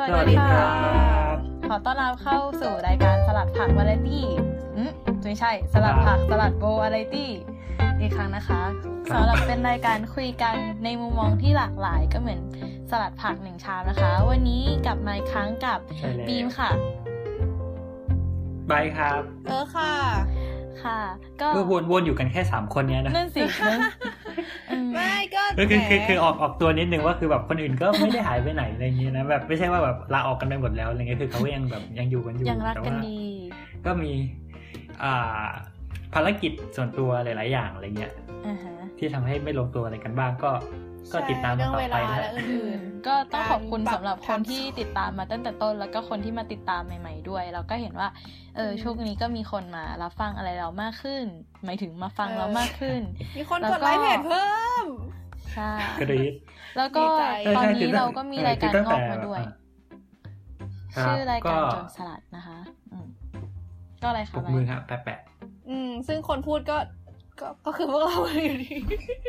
สวัสดีค่ะขอต้อนรับเข้าสู่รายการสลัดผักวาไรตี้ไม่ใช่สลัดผักสลัดโบวาไรตี้อีกครั้งนะคะสำหรับเป็นรายการคุยกันในมุมมองที่หลากหลายก็เหมือนสลัดผักหนึ่งชามนะคะวันนี้กลับมาอีกครั้งกับบีมค่ะไบร์ทครับค่ะก็วนอยู่กันแค่3คนเนี้ยนะนั่นสิไม่ก็คือออกตัวนิดนึงว่าคือแบบคนอื่นก็ไม่ได้หายไปไหนอะไรอย่างเงี้ยนะแบบไม่ใช่ว่าแบบลาออกกันไปหมดแล้วอะไรเงี้ยคือเขาก็ยังแบบยังอยู่กันอยู่ยังรักกันดีก็มีภารกิจส่วนตัวหลายๆอย่างอะไรเงี้ยที่ทำให้ไม่ลงตัวอะไรกันบ้างก็ติดตามต่อไปนะก็ต้องขอบคุณสำหรับคนที่ติดตามมาตั้งแต่ต้นแล้วก็คนที่มาติดตามใหม่ๆด้วยเราก็เห็นว่าช่วงนี้ก็มีคนมารับฟังอะไรเรามากขึ้นหมายถึงมาฟังเรามากขึ้นมีคนกดไลค์เพจเพิ่มใช่กรี๊ดแล้วก็ตอนนี้เราก็มีรายการงอกมาด้วยชื่อรายการโจรสลัดนะคะก็อะไรคะปรบมือครับแปะซึ่งคนพูดก็คือพวกเราอยู่ดี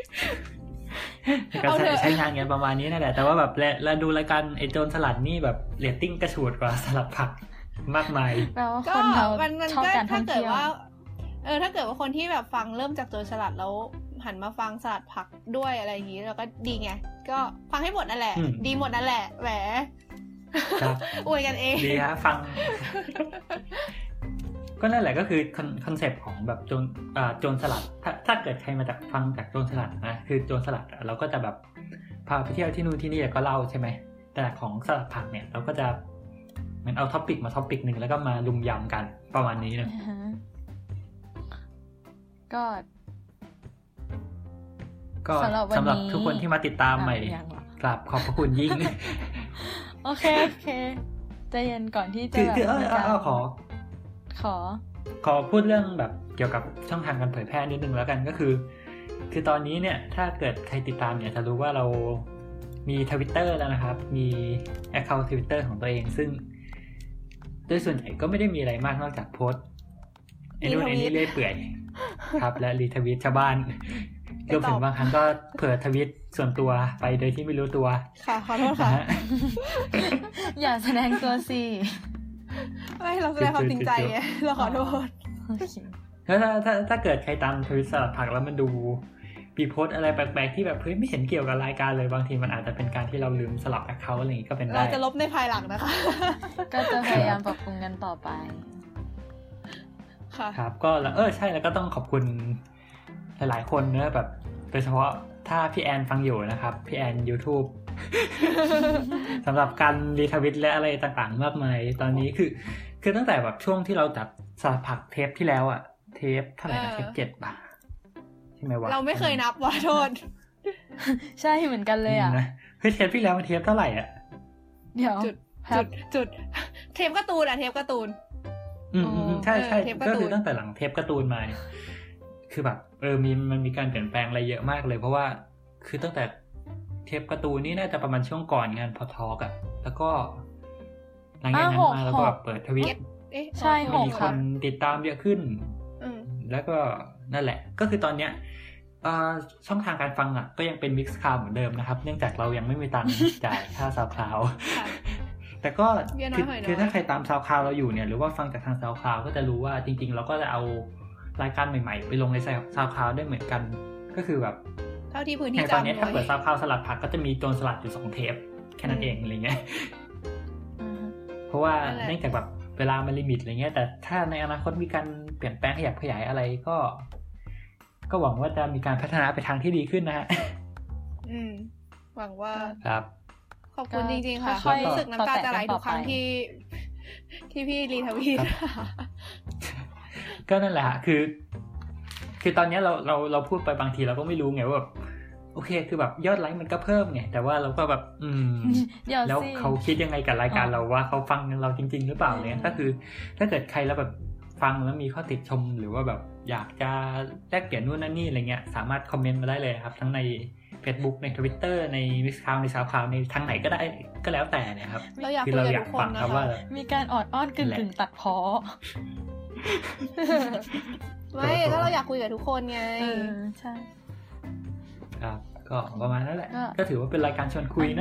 ก็ใช้งานกันประมาณนี้นั่นแหละแต่ว่าแบบและดูรายการไอ้โจรสลัดนี่แบบเรตติ้งกระฉูดกว่าสลัดผักมากมายก็มันชอบการท่องเที่ยวถ้าเกิดว่าคนที่แบบฟังเริ่มจากโจรสลัดแล้วหันมาฟังสลัดผักด้วยอะไรอย่างนี้แล้วก็ดีไงก็ฟังให้หมดนั่นแหละดีหมดนั่นแหละแหมอวยกันเองดีฮะฟังก็นั่นแหละก็คือคอนเซปต์ของแบบโจรสลัดถ้าเกิดใครมาจากฟังจากโจรสลัดนะคือโจรสลัดเราก็จะแบบพาไปเที่ยวที่นู่นที่นี่ก็เล่าใช่ไหมแต่ของสลัดผักเนี่ยเราก็จะเหมือนเอาท็อปิกมาท็อปิกนึงแล้วก็มาลุมยำกันประมาณนี้นะก็สำหรับทุกคนที่มาติดตามใหม่กราบขอบพระคุณยิ่งโอเคใจเย็นก่อนที่จะขอพูดเรื่องแบบเกี่ยวกับช่องทางการเผยแพร่นิดนึงแล้วกันก็คือตอนนี้เนี่ยถ้าเกิดใครติดตามเนี่ยจะรู้ว่าเรามี Twitter แล้วนะครับมี account Twitter ของตัวเองซึ่งโดยส่วนใหญ่ก็ไม่ได้มีอะไรมากนอกจากโพสต์ไอ้นู่นไอ้นี่เรื่อยเปื่อยครับและรีทวีตชาวบ้านรวมถึงบางครั้งก็เผยทวีตส่วนตัวไปโดยที่ไม่รู้ตัวค่ะขอโทษค่ะอย่าแสดงตัวสิไม่เราแสดงความจริงใจไงเราขอโทษแล้วถ้าเกิดใครตามทวิตสลัดผักแล้วมันดูปีโพสอะไรแปลกๆที่แบบเฮ้ยไม่เห็นเกี่ยวกับรายการเลยบางทีมันอาจจะเป็นการที่เราลืมสลับแอคเคาท์อะไรอย่างงี้ก็เป็นได้เราจะลบในภายหลังนะคะก็จะพยายามปรับปรุงกันต่อไปค่ะครับก็ใช่แล้วก็ต้องขอบคุณหลายๆคนเนอะแบบโดยเฉพาะถ้าพี่แอนฟังอยู่นะครับพี่แอน YouTube สำหรับการรีทวิตและอะไรต่างๆมากมายตอนนี้คือตั้งแต่แบบช่วงที่เราจัดสลัดผักเทปที่แล้วอะเทปเท่าไหร่นะเทป7ป่ะใช่ไหมวะเราไม่เคยนับว่ะโทษใช่เหมือนกันเลยอะเฮ้ยเทปที่แล้วมันเทปเท่าไหร่อะเดี๋ยวจุดเทปการ์ตูนอะเทปการ์ตูนใช่ก็คือตั้งแต่หลังเทปการ์ตูนมาคือแบบมันมีการเปลี่ยนแปลงอะไรเยอะมากเลยเพราะว่าคือตั้งแต่เทปการ์ตูนนี่น่าจะประมาณช่วงก่อนงานพอทอล์กอ่ะแล้วก็หลังจากนั้นมาแล้วก็แบบเปิดทวิตใช่มีคนติดตามเยอะขึ้นแล้วก็นั่นแหละก็คือตอนเนี้ยช่องทางการฟังอ่ะก็ยังเป็น Mixcloud เหมือนเดิมนะครับเนื่องจากเรายังไม่มีตังค์จ่ายค่า SoundCloud แต่ก็คือถ้าใครตาม SoundCloud เราอยู่เนี่ยหรือว่าฟังจากทาง SoundCloud ก็จะรู้ว่าจริงๆเราก็จะเอารายการใหม่ๆไปลงใน SoundCloud ได้เหมือนกันก็คือแบบเท่าที่พื้นที่จำตอนนี้ถ้าเปิดSoundCloudสลัดผักก็จะมีโจรสลัดอยู่2เทปแค่นั้นเองอะไรเงี้ยเพราะว่าเนื่องจากแบบเวลามันลิมิตอะไรเงี้ยแต่ถ้าในอนาคตมีการเปลี่ยนแปลงขยับขยายอะไรก็หวังว่าจะมีการพัฒนาไปทางที่ดีขึ้นนะฮะหวังว่าครับขอบคุณจริงๆค่ะรู้สึกน้ำตาจะไหลทุกครั้งที่พี่รีทวีตก็นั่นแหละคือตอนนี้เราพูดไปบางทีเราก็ไม่รู้ไงว่าแบบโอเคคือแบบยอดไลค์มันก็เพิ่มไงแต่ว่าเราก็แบบแล้วเขาคิดยังไงกับรายการเราว่าเขาฟังเราจริงๆหรือเปล่าเนี่ยก็คือถ้าเกิดใครแล้วแบบฟังแล้วมีข้อติชมหรือว่าแบบอยากจะแลกเปลี่ยนนู่นนั่นนี่อะไรเงี้ยสามารถคอมเมนต์มาได้เลยครับทั้งใน Facebook ใน Twitter ใน Mixcloud ใน SoundCloud ในทางไหนก็ได้ก็แล้วแต่เนี่ยครับคือเราอยากฟังครับว่ามีการออดอ้อนกึ่งตัดพ้อไม่ถ้าเราอยากคุยกับทุกคนไงใช่ครับก็ประมาณนั้นแหละก็ถือว่าเป็นรายการชวนคุยนะ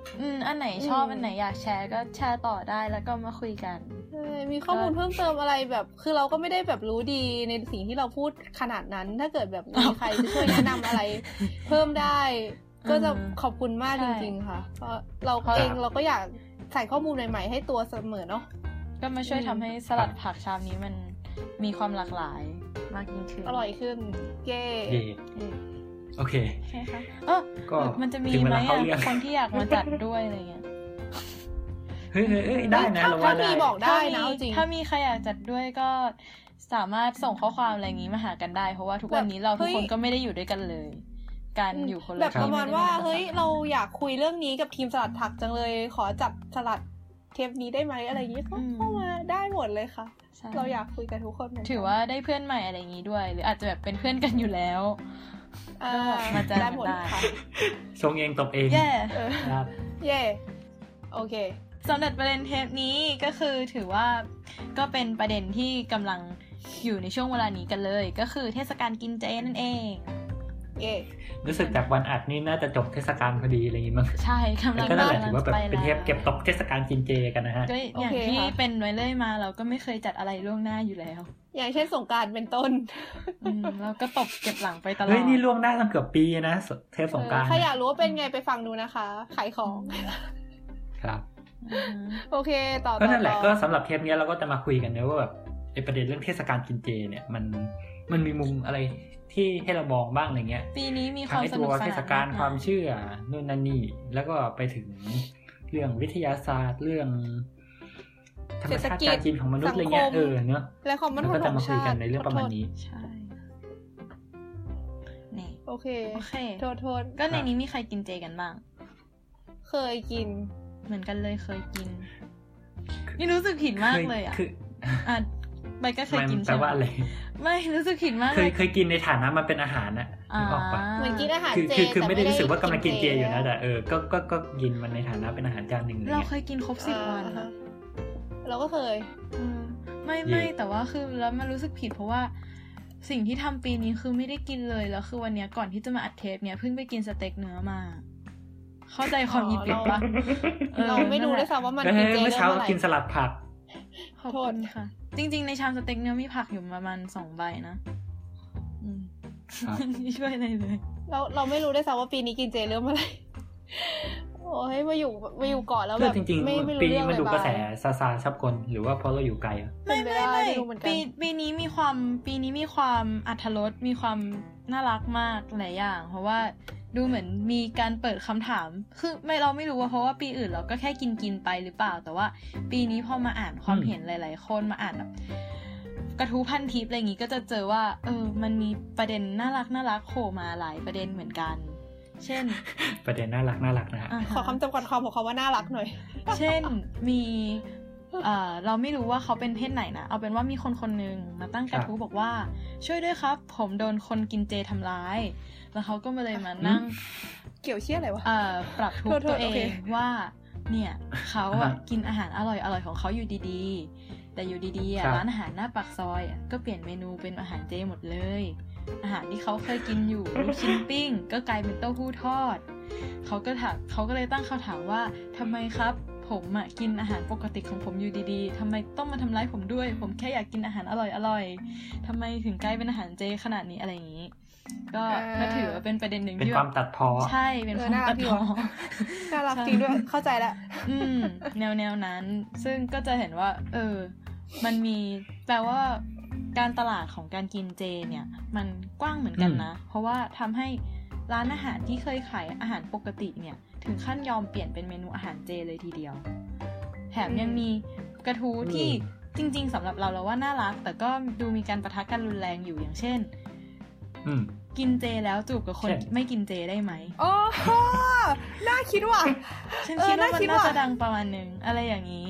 อันไหนชอบอันไหนอยากแชร์ก็แชร์ต่อได้แล้วก็มาคุยกันมีข้อมูลเพิ่มเติมอะไรแบบคือเราก็ไม่ได้แบบรู้ดีในสิ่งที่เราพูดขนาดนั้นถ้าเกิดแบบมีใครจะช่วยแนะนำอะไรเพิ่มได้ก็จะขอบคุณมากจริงๆค่ะเพราะเราเองเราก็อยากใส่ข้อมูลใหม่ๆให้ตัวเสมอเนาะก็มาช่วยทำให้สลัดผักชามนี้มันมีความหลากหลายมากยิ่งขึ้นอร่อยขึ้นเย้โอเคใช่ค่ะก็มันจะมีไหมคนที่อยากมาจัดด้วยอะไรเงี้ยเฮ้ยได้นะเราว่าได้บอกได้นะจริงถ้ามีใครอยากจัดด้วยก็สามารถส่งข้อความอะไรอย่างงี้มาหากันได้เพราะว่าทุกวันนี้เราทุกคนก็ไม่ได้อยู่ด้วยกันเลยการอยู่คนละแบบประมาณว่าเฮ้ยเราอยากคุยเรื่องนี้กับทีมสลัดผักจังเลยขอจัดสลัดเทปนี้ได้ไหมอะไรอย่างงี้เข้ามาได้หมดเลยค่ะเราอยากคุยกับทุกคนถือว่าได้เพื่อนใหม่อะไรอย่างงี้ด้วยหรืออาจจะแบบเป็นเพื่อนกันอยู่แล้วมาจะได้หมดค่ะชงเองตบเองครับเย่โอเคสำหรับประเด็นเทปนี้ก็คือถือว่าก็เป็นประเด็นที่กำลังอยู่ในช่วงเวลานี้กันเลยก็คือเทศกาลกินเจนั่นเองรู้สึกจากวันอัดนี่น่าจะจบเทศกาลพอดีอะไรอย่างงี้มั้งใช่กำลังถือว่าแบบเป็นเทปเก็บตกเทศกาลกินเจกันนะฮะก็อย่างที่เป็นไว้เรื่อยมาเราก็ไม่เคยจัดอะไรล่วงหน้าอยู่แล้วอย่างเช่นสงกรานต์เป็นต้นเราก็ตบเก็บหลังไปตลอดเฮ้ยนี่ล่วงหน้าตั้งเกือบปีนะเทปสงกรานต์ใครอยากรู้ว่าเป็นไงไปฟังดูนะคะขายของครับโอเคต่อก็นั่นแหละก็สำหรับเทปนี้เราก็จะมาคุยกันเนอะว่าแบบไอ้ประเด็นเรื่องเทศกาลกินเจเนี่ยมันมีมุมอะไรที่ให้เรามองบ้างอะไรเงี้ยปีนี้มีความสนุกสนานเทศกาลความเชื่อนู่นนั่นนี่แล้วก็ไปถึงเรื่องวิทยาศาสตร์เรื่องธรรมชาติการกินของมนุษย์อะไรเงี้ยเนอะแล้วของมนุษย์ก็จะมาคุยกันในเรื่องประมาณนี้ใช่นี่โอเคโทษก็ในนี้มีใครกินเจกันบ้างเคยกินเหมือนกันเลยเคยกินนี่รู้สึกผิดมากเลยอ่ะใบก็เคยกินใช่ไหมแต่ว่าอะไรไม่รู้สึกผิดมากเคยกินในฐานะมันเป็นอาหารน่ะนึกออกปะเหมือนกินอาหารเจคือไม่ได้รู้สึกว่ากำลังกินเจอยู่นะแต่ก็กินมันในฐานะเป็นอาหารจานหนึ่งเราเคยกินครบ10 วันเราก็เคยไม่แต่ว่าคือแล้วมันรู้สึกผิดเพราะว่าสิ่งที่ทำปีนี้คือไม่ได้กินเลยแล้วคือวันนี้ก่อนที่จะมาอัดเทปเนี่ยเพิ่งไปกินสเต็กเนื้อมาเข้าใจความยิบยิบปะเราไม่รู้ด้วยซ้ำว่ามันกินเจเมื่อเช้ากินสลัดผักขอโทษค่ะจริงๆในชามสเต็กเนื้อมีผักอยู่ประมาณ2 ใบนะไม่ช่วยอะไรเลยเราไม่รู้ด้วยซ้ำว่าปีนี้กินเจเรื่องอะไรโอ้ยมาอยู่เกาะแล้วแบบจริงๆปีนี้มันดูกระแสซาซาชับกลหรือว่าเพราะเราอยู่ไกลไม่ปีนี้มีความอรรถรสมีความน่ารักมากหลายอย่างเพราะว่าดูเหมือนมีการเปิดคำถามคือเราไม่รู้ว่าเพราะว่าปีอื่นเราก็แค่กินไปหรือเปล่าแต่ว่าปีนี้พอมาอ่านความเห็นหลายๆคนมาอ่านแบบกระทู้พันทิปอะไรอย่างงี้ก็จะเจอว่ามันมีประเด็นน่ารักโผล่มาหลายประเด็นเหมือนกันเช่นประเด็นน่ารักนะฮะขอคำจำกัดความของคำว่าน่ารักหน่อยเช่นมีเราไม่รู้ว่าเขาเป็นเพศไหนนะเอาเป็นว่ามีคนนึงมาตั้งกระทู้บอกว่าช่วยด้วยครับผมโดนคนกินเจทำร้ายแล้วเขาก็มาเลยมานั่งเกี่ยวเชี่ยอะไรวะปรับทุกข์ตัวเองว่าเนี่ยเขากินอาหารอร่อยของเขาอยู่ดีๆแต่อยู่ดีๆร้านอาหารหน้าปากซอยก็เปลี่ยนเมนูเป็นอาหารเจหมดเลยอาหารที่เขาเคยกินอยู่ลูกชิ้นปิ้งก็กลายเป็นเต้าหู้ทอดเขาก็เลยตั้งคำถามว่าทำไมครับผมกินอาหารปกติของผมอยู่ดีๆทำไมต้องมาทำร้ายผมด้วยผมแค่อยากกินอาหารอร่อยทำไมถึงกลายเป็นอาหารเจขนาดนี้อะไรอย่างนี้ก็ถือว่าเป็นประเด็นหนึ่งที่เป็นความตัดพ้อใช่เป็นความตัดพ้อน่ารักจริงด้วยเข้าใจแล้วแนวนั้นซึ่งก็จะเห็นว่ามันมีแปลว่าการตลาดของการกินเจเนี่ยมันกว้างเหมือนกันนะเพราะว่าทำให้ร้านอาหารที่เคยขายอาหารปกติเนี่ยถึงขั้นยอมเปลี่ยนเป็นเมนูอาหารเจเลยทีเดียวแถมยังมีกระทู้ที่จริงๆสำหรับเราว่าน่ารักแต่ก็ดูมีการปะทะกันรุนแรงอยู่อย่างเช่นกินเจแล้วจูบกับคนไม่กินเจได้ไหมอ๋อน่าคิดว่ะฉันคิดว่ามันน่าจะดังประมาณนึงอะไรอย่างนี้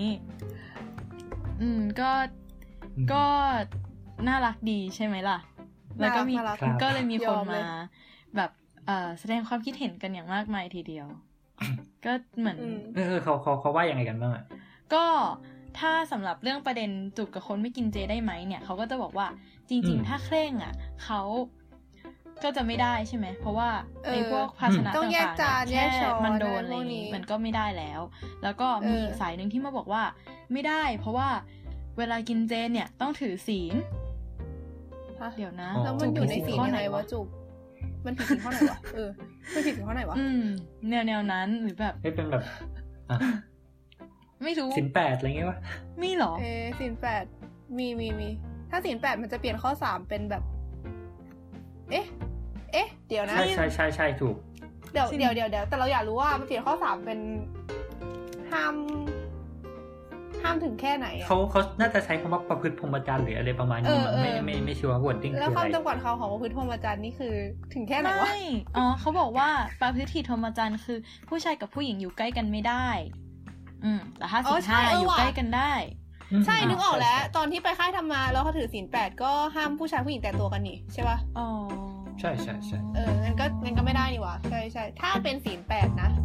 ก็น่ารักดีใช่ไหมล่ะแล้วก็ก็เลยมีคนมาแบบแสดงความคิดเห็นกันอย่างมากมายทีเดียวก็เหมือนเขาว่ายังไงกันบ้างอ่ะก็ถ้าสำหรับเรื่องประเด็นจูบกับคนไม่กินเจได้ไหมเนี่ยเขาก็จะบอกว่าจริงๆถ้าเคร่งเขาก็จะไม่ได้ใช่ไหมเพราะว่าไอ้พวกภาชนะต่างๆแค่มันโดนอะไรนี้มันก็ไม่ได้แล้วก็มีอีกสายนึงที่มาบอกว่าไม่ได้เพราะว่าเวลากินเจเนี่ยต้องถือศีลเดี๋ยวนะแล้วมันอยู่ในศีลยังไงวะจุบมันผิดศีลข้อไหนวะมันผิดศีลข้อไหนวะแนวนั้นหรือแบบเป็นแบบไม่รู้ศีล8อะไรเงี้ยวะมีเหรอศีล8มีถ้าศีล8มันจะเปลี่ยนข้อ3เป็นแบบเดี๋ยวนะใช่ถูกเดี๋ยวแต่เราอยากรู้ว่ามันเปลี่ยนข้อ3เป็นห้ามถึงแค่ไหนเขาน่าจะใช้คำว่าประพฤติพรหมจรรย์หรืออะไรประมาณนี้ไม่ชัวร์วอร์ดดิ้งคืออะไรแล้วคำจำกัดของประพฤติพรหมจรรย์นี่คือถึงแค่ไหนวะเขาบอกว่าประพฤติพรหมจรรย์คือผู้ชายกับผู้หญิงอยู่ใกล้กันไม่ได้แต่ถ้าศีล5อยู่ใกล้กันได้ใช่นึกออกแล้วตอนที่ไปค่ายธรรมะแล้วเขาถือศีล8ก็ห้ามผู้ชายผู้หญิงแต่งตัวกันนี่ใช่ป่ะใช่งั้นก็ไม่ได้นี่หว่าใช่ถ้าเป็นศีล8นะ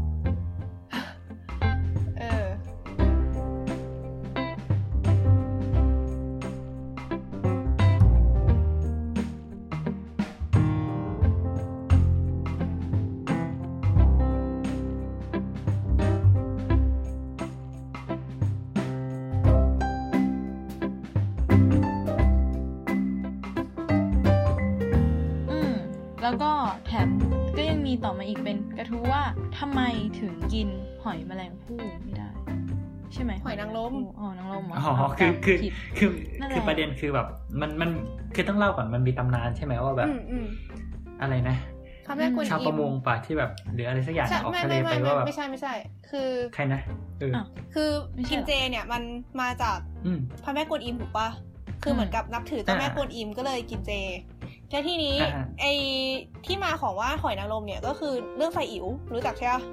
แล้วก็แถมก็ยังมีต่อมาอีกเป็นกระทู้ว่าทำไมถึงกินหอยแมลงภู่ไม่ได้ใช่ไหมหอยนางรมนางรมคือประเด็นคือแบบมันคือต้องเล่าก่อนมันมีตำนานใช่ไหมว่าแบบอะไรนะชาวประมงป่ะที่แบบหรืออะไรสักอย่างออกทะเลไปว่าแบบไม่ใช่คือใครนะคือกินเจเนี่ยมันมาจากพระแม่กวนอิมถูกป่ะคือเหมือนกับนับถือเจ้าแม่กวนอิมก็เลยกินเจแล้วทีนี้ไอ้ที่มาของว่าหอยนางรมเนี่ยก็คือเรื่องไฟอิ๋วรู้จักใช่ป่ะ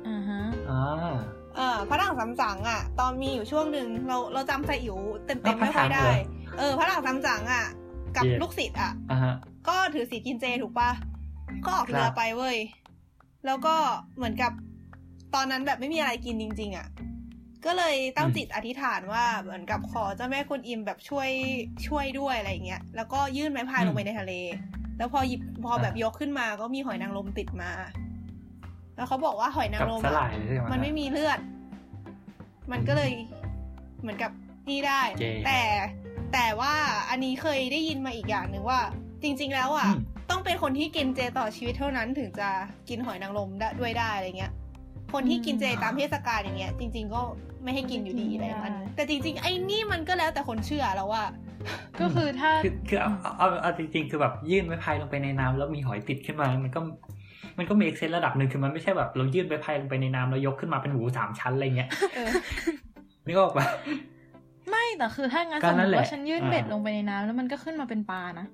พระหลังซัมจั๋งอ่ะตอนมีอยู่ช่วงนึงเราจำไฟอิ๋วเต็มไม่ค่อยได้พระหลังซัมจั๋งอ่ะกับลูกศิษย์อ่ะก็ถือศีลกินเจถูกป่ะก็ออกเรือไปเว้ยแล้วก็เหมือนกับตอนนั้นแบบไม่มีอะไรกินจริงๆอ่ะก็เลยตั้งจิตอธิษฐานว่าเหมือนกับขอเจ้าแม่กวนอิมแบบช่วยด้วยอะไรอย่างเงี้ยแล้วก็ยื่นไม้พายลงไปในทะเลแล้วพอแบบยกขึ้นมาก็มีหอยนางรมติดมาแล้วเขาบอกว่าหอยนางรมมันไม่มีเลือดมันก็เลยเหมือนกับนี่ได้แต่ว่าอันนี้เคยได้ยินมาอีกอย่างนึงว่าจริงๆแล้วอ่ะต้องเป็นคนที่กินเจต่อชีวิตเท่านั้นถึงจะกินหอยนางรมด้วยได้อะไรเงี้ยคนที่กินเจตามเทศกาลอย่างเงี้ยจริงๆก็ไม่ให้กินอยู่ดีอะไรมันแต่จริงๆไอ้นี่มันก็แล้วแต่คนเชื่อแล้วว่าก็คือถ้าคือเอาจริงๆคือแบบยื่นไม้พายลงไปในน้ำแล้วมีหอยติดขึ้นมามันก็มีเอกเซนระดับนึงคือมันไม่ใช่แบบเรายื่นไม้พายลงไปในน้ำแล้วยกขึ้นมาเป็นหมู3ชั้นอะไรเงี้ยนึกออกปะไม่แต่คือถ้างั้นสมมติว่าฉันยื่นเบ็ดลงไปในน้ำแล้วมันก็ขึ้นมาเป็นปลานะ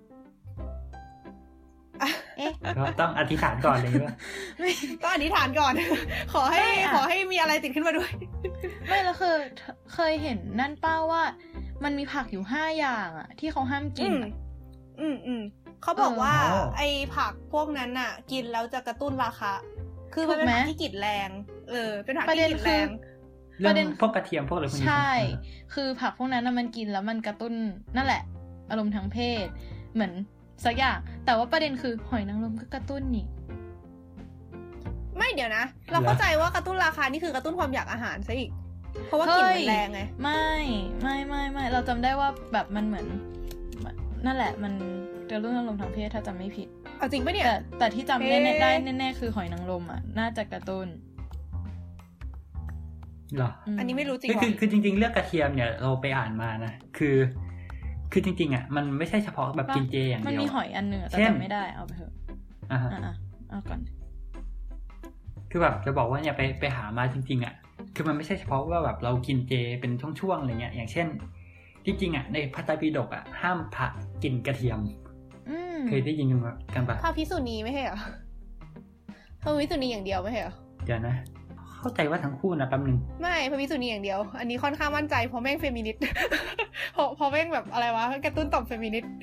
ต้องอธิษฐานก่อนเลยว่าต้องอธิษฐานก่อนขอให้มีอะไรติดขึ้นมาด้วยไม่แล้วคือเคยเห็นนั่นเป้าว่ามันมีผักอยู่5อย่างอ่ะที่เขาห้ามกินเขาบอกว่าไอ้ผักพวกนั้นน่ะกินแล้วจะกระตุ้นราคาคือมันเป็นผักที่กลิ่นแรงเป็นผักที่กลิ่นแรงประเด็นพวกกระเทียมพวกอะไรพวกนี้ใช่คือผักพวกนั้นน่ะมันกินแล้วมันกระตุ้นนั่นแหละอารมณ์ทางเพศเหมือนสักอย่างแต่ว่าประเด็นคือหอยนางรมก็กระตุ้นนี่ไม่เดี๋ยวนะเราเข้าใจว่ากระตุ้นราคานี่คือกระตุ้นความอยากอาหารซะอีกเพราะว่ากลิ่นมันแรงไงไม่เราจำได้ว่าแบบมันเหมือนนั่นแหละมันกระตุ้นอารมณ์ทางเพศถ้าจำไม่ผิดเอาจริงปะเนี่ยแต่ที่จำได้แน่ๆคือหอยนางรมอ่ะน่าจะกระตุ้นเหรออันนี้ไม่รู้จริงคือจริงๆเรื่องกระเทียมเนี่ยเราไปอ่านมานะคือจริงๆอ่ะมันไม่ใช่เฉพาะแบบกินเจอย่างเดียวมันมีหอยอันนึงแต่จำไม่ได้เอาไปเถอะเอาก่อนคือแบบจะบอกว่าเนี่ยไปหามาจริงๆอ่ะคือมันไม่ใช่เฉพาะว่าแบบเรากินเจเป็นช่วงๆอะไรเงี้ยอย่างเช่นจริงๆอ่ะในพระไตรปิฎกอ่ะห้ามพระกินกระเทียมเคยได้ยินกันปะพระภิกษุณีไม่ใช่เหรอพระภิกษุณีอย่างเดียวไม่ใช่เหรอเดี๋ยวนะเข้าใจว่าทั้งคู่นะแป๊บนึงไม่พระภิกษุณีอย่างเดียวอันนี้ค่อนข้างมั่นใจเพราะแม่งเฟมินิสต์พอแม่งแบบอะไรวะกระตุ้นต่อมเฟมินิสต์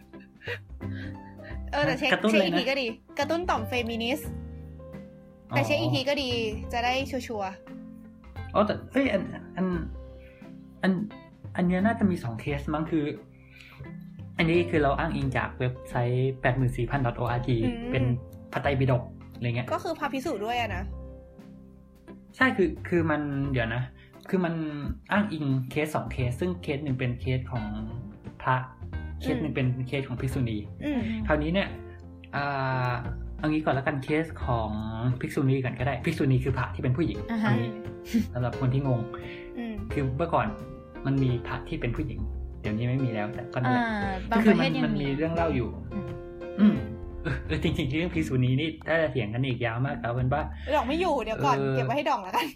แต่เช็คอีกทีก็ดีกระตุ้นต่อมเฟมินิสต์แต่เช็คอีกทีก็ดีจะได้ชัวร์อ๋อแต่เอ้ยอันนี้น่าจะมี2เคสมั้งคืออันนี้คือเราอ้างอิงจากเว็บไซต์ 84,000.org เป็นพระไตรปิฎกอะไรเงี้ยก็คือพระภิกษุด้วยอะนะใช่คือมันเดี๋ยวนะคือมันอ้างอิงเคส2เคสซึ่งเคสหนึ่งเป็นเคสของพระเคสหนึ่งเป็นเคสของภิกษุณีคราวนี้เนี่ยเอางี้ก่อนแล้วกันเคสของภิกษุณีกันก็ได้ภิกษุณีคือพระที่เป็นผู้หญิงอันนี้สำหรับคนที่งงคือเมื่อก่อนมันมีพระที่เป็นผู้หญิงเดี๋ยวนี้ไม่มีแล้วแต่ก็นั่นแหละก็คือมันมีเรื่องเล่าอยู่จริงๆเรื่องภิกษุณีนี่ถ้าจะเถียงกันอีกยาวมากแล้วเป็นว่าดองไม่อยู่เดี๋ยวก่อนเก็บไว้ให้ดองแล้วกัน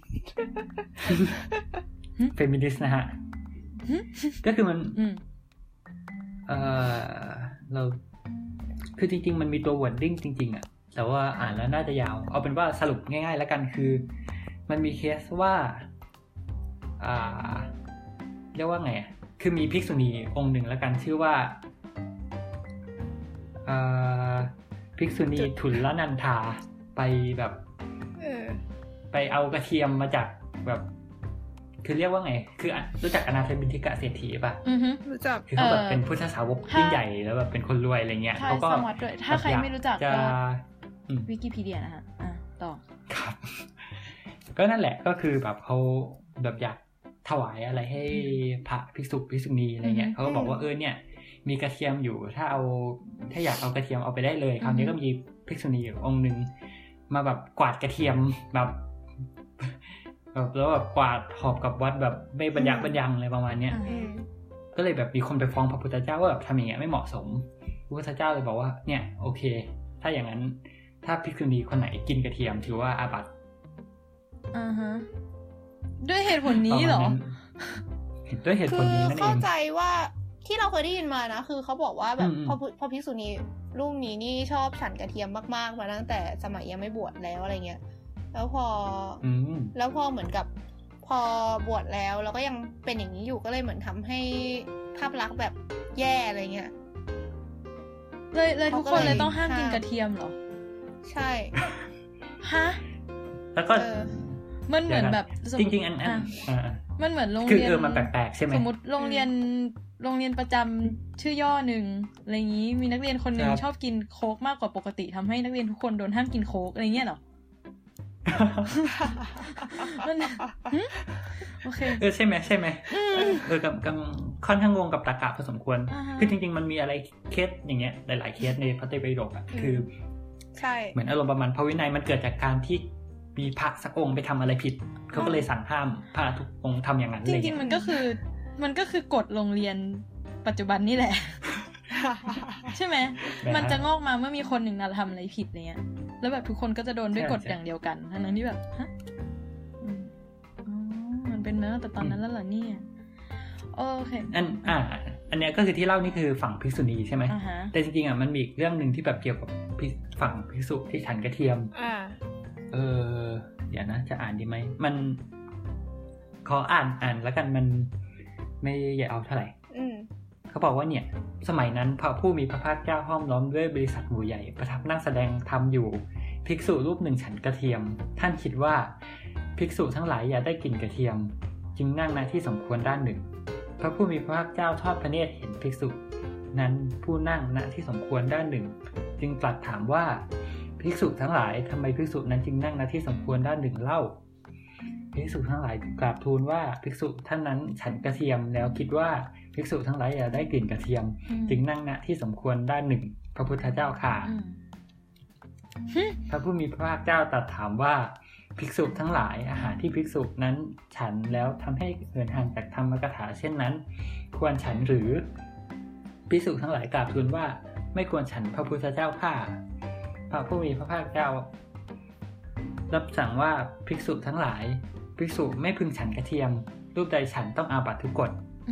เฟมินิสต์นะฮะก็คือมันเราคือจริงๆมันมีตัว wording จริงๆอ่ะแต่ว่าอ่านแล้วน่าจะยาวเอาเป็นว่าสรุปง่ายๆแล้วกันคือมันมีเคสว่าเรียกว่าไงคือมีภิกษุณีองค์หนึ่งแล้วกันชื่อว่าภิกษุณีทุลนันทาไปแบบไปเอากระเทียมมาจากแบบคือเรียกว่าไงคือรู้จักอนาถบิณฑิกะเศรษฐีป่ะรู้จักคือเขาแบบเป็นพุทธสาวกยิ่งใหญ่แล้วแบบเป็นคนรวยอะไรเงี้ยเขาก็ถ้าใครไม่รู้จักก็วิกิพีเดียนะฮะต่อครับก็นั่นแหละก็คือแบบเขาแบบอยากถวายอะไรให้พระภิกษุภิกษุณีอะไรเงี้ยเขาก็บอกว่าเนี่ยมีกระเทียมอยู่ถ้าอยากเอากระเทียมเอาไปได้เลยคราวนี้ก็มีภิกษุณีองค์นึงมาแบบกวาดกระเทียมแบบแล้วแบบกวาดหอบกับวัดแบบไม่บรรยังอะไรประมาณเนี้ยก็เลยแบบมีคนไปฟ้องพระพุทธเจ้าว่าแบบทำอย่างเงี้ยไม่เหมาะสมพระพุทธเจ้าเลยบอกว่าเนี่ยโอเคถ้าอย่างนั้นถ้าภิกษุณีคนไหนกินกระเทียมถือว่าอาบัติด้วยเหตุผลนี้เหรอด้วยเหตุผลนี้นั่นเองเข้าใจว่าที่เราเคยได้ยินมานะคือเขาบอกว่าแบบพอภิกษุณีรูปนี้นี่ชอบฉันกระเทียมมากๆมาตั้งแต่สมัยยังไม่บวชแล้วอะไรเงี้ยแล้วพอเหมือนกับพอบวชแล้วก็ยังเป็นอย่างนี้อยู่ก็เลยเหมือนทำให้ภาพลักษณ์แบบแย่อะไรเงี้ยเลยทุกคนเลยต้องห้ามกินกระเทียมเหรอใช่ฮะแล้วก็มันเหมือนแบบจริงๆอันมันเหมือนโรงเรียนมันแปลกๆใช่ไหมสมมติโรงเรียนประจำชื่อย่อหนึ่งอะไรอย่างนี้มีนักเรียนคนนึงชอบกินโค้กมากกว่าปกติทำให้นักเรียนทุกคนโดนห้ามกินโค้กอะไรเงี้ยหรอโอเคใช่ไหมกำค่อนข้างงงกับตรรกะพอสมควรคือจริงๆมันมีอะไรเคสอย่างเงี้ยหลายๆเคสในพระไตรปิฎกอ่ะคือใช่เหมือนอารมณ์ประมาณพระวินัยมันเกิดจากการที่มีพระสักองค์ไปทำอะไรผิดเขาก็เลยสั่งห้ามพระทุกองค์ทำอย่างนั้นจริงๆมันก็คือกฎโรงเรียนปัจจุบันนี่แหละ ใช่ไหมมันจะงอกมาเมื่อมีคนหนึ่งทำอะไรผิดเนี่ยแล้วแบบทุกคนก็จะโดนด้วยกฎอย่างเดียวกันทั้งนั้นที่แบบฮะมันเป็นเนอะแต่ตอนนั้นแล้วเหรอเนี่ยโอเคอันเนี้ยก็คือที่เล่านี่คือฝั่งภิกษุณีใช่ไหมแต่จริงๆมันมีอีกเรื่องนึงที่แบบเกี่ยวกับฝั่งภิกษุที่ฉันกระเทียมเดี๋ยวนะจะอ่านดีไหมมันขออ่านแล้วกันมันไม่ใหญ่เอาเท่าไหร่เขาบอกว่าเนี่ยสมัยนั้นพระผู้มีพระภาคเจ้าห้อมล้อมด้วยบริษัทหมู่ใหญ่ประทับนั่งแสดงธรรมอยู่ภิกษุรูปหนึ่งฉันกระเทียมท่านคิดว่าภิกษุทั้งหลายอย่าได้กินกระเทียมจึงนั่งณที่สมควรด้านหนึ่งพระผู้มีพระภาคเจ้าทอดพระเนตรเห็นภิกษุนั้นผู้นั่งณที่สมควรด้านหนึ่งจึงตรัสถามว่าภิกษุทั้งหลายทำไมภิกษุนั้นจึงนั่งณที่สมควรด้านหนึ่งเล่าภิกษุทั้งหลายกราบทูลว่าภิกษุท่านนั้นฉันกระเทียมแล้วคิดว่าภิกษุทั้งหลายอย่าได้กลิ่นกระเทียมจึงนั่งณที่สมควรด้านหนึ่งพระพุทธเจ้าค่ะพระผู้มีพระภาคเจ้าตรัสถามว่าภิกษุทั้งหลายอาหารที่ภิกษุนั้นฉันแล้วทำให้เหินห่างจากธรรมกถาเช่นนั้นควรฉันหรือภิกษุทั้งหลายกราบทูลว่าไม่ควรฉันพระพุทธเจ้าค่ะพระผู้มีพระภาคเจ้ารับสั่งว่าภิกษุทั้งหลายภิกษุไม่พึงฉันกระเทียมรูปใดฉันต้องอาบัติทุกกฎ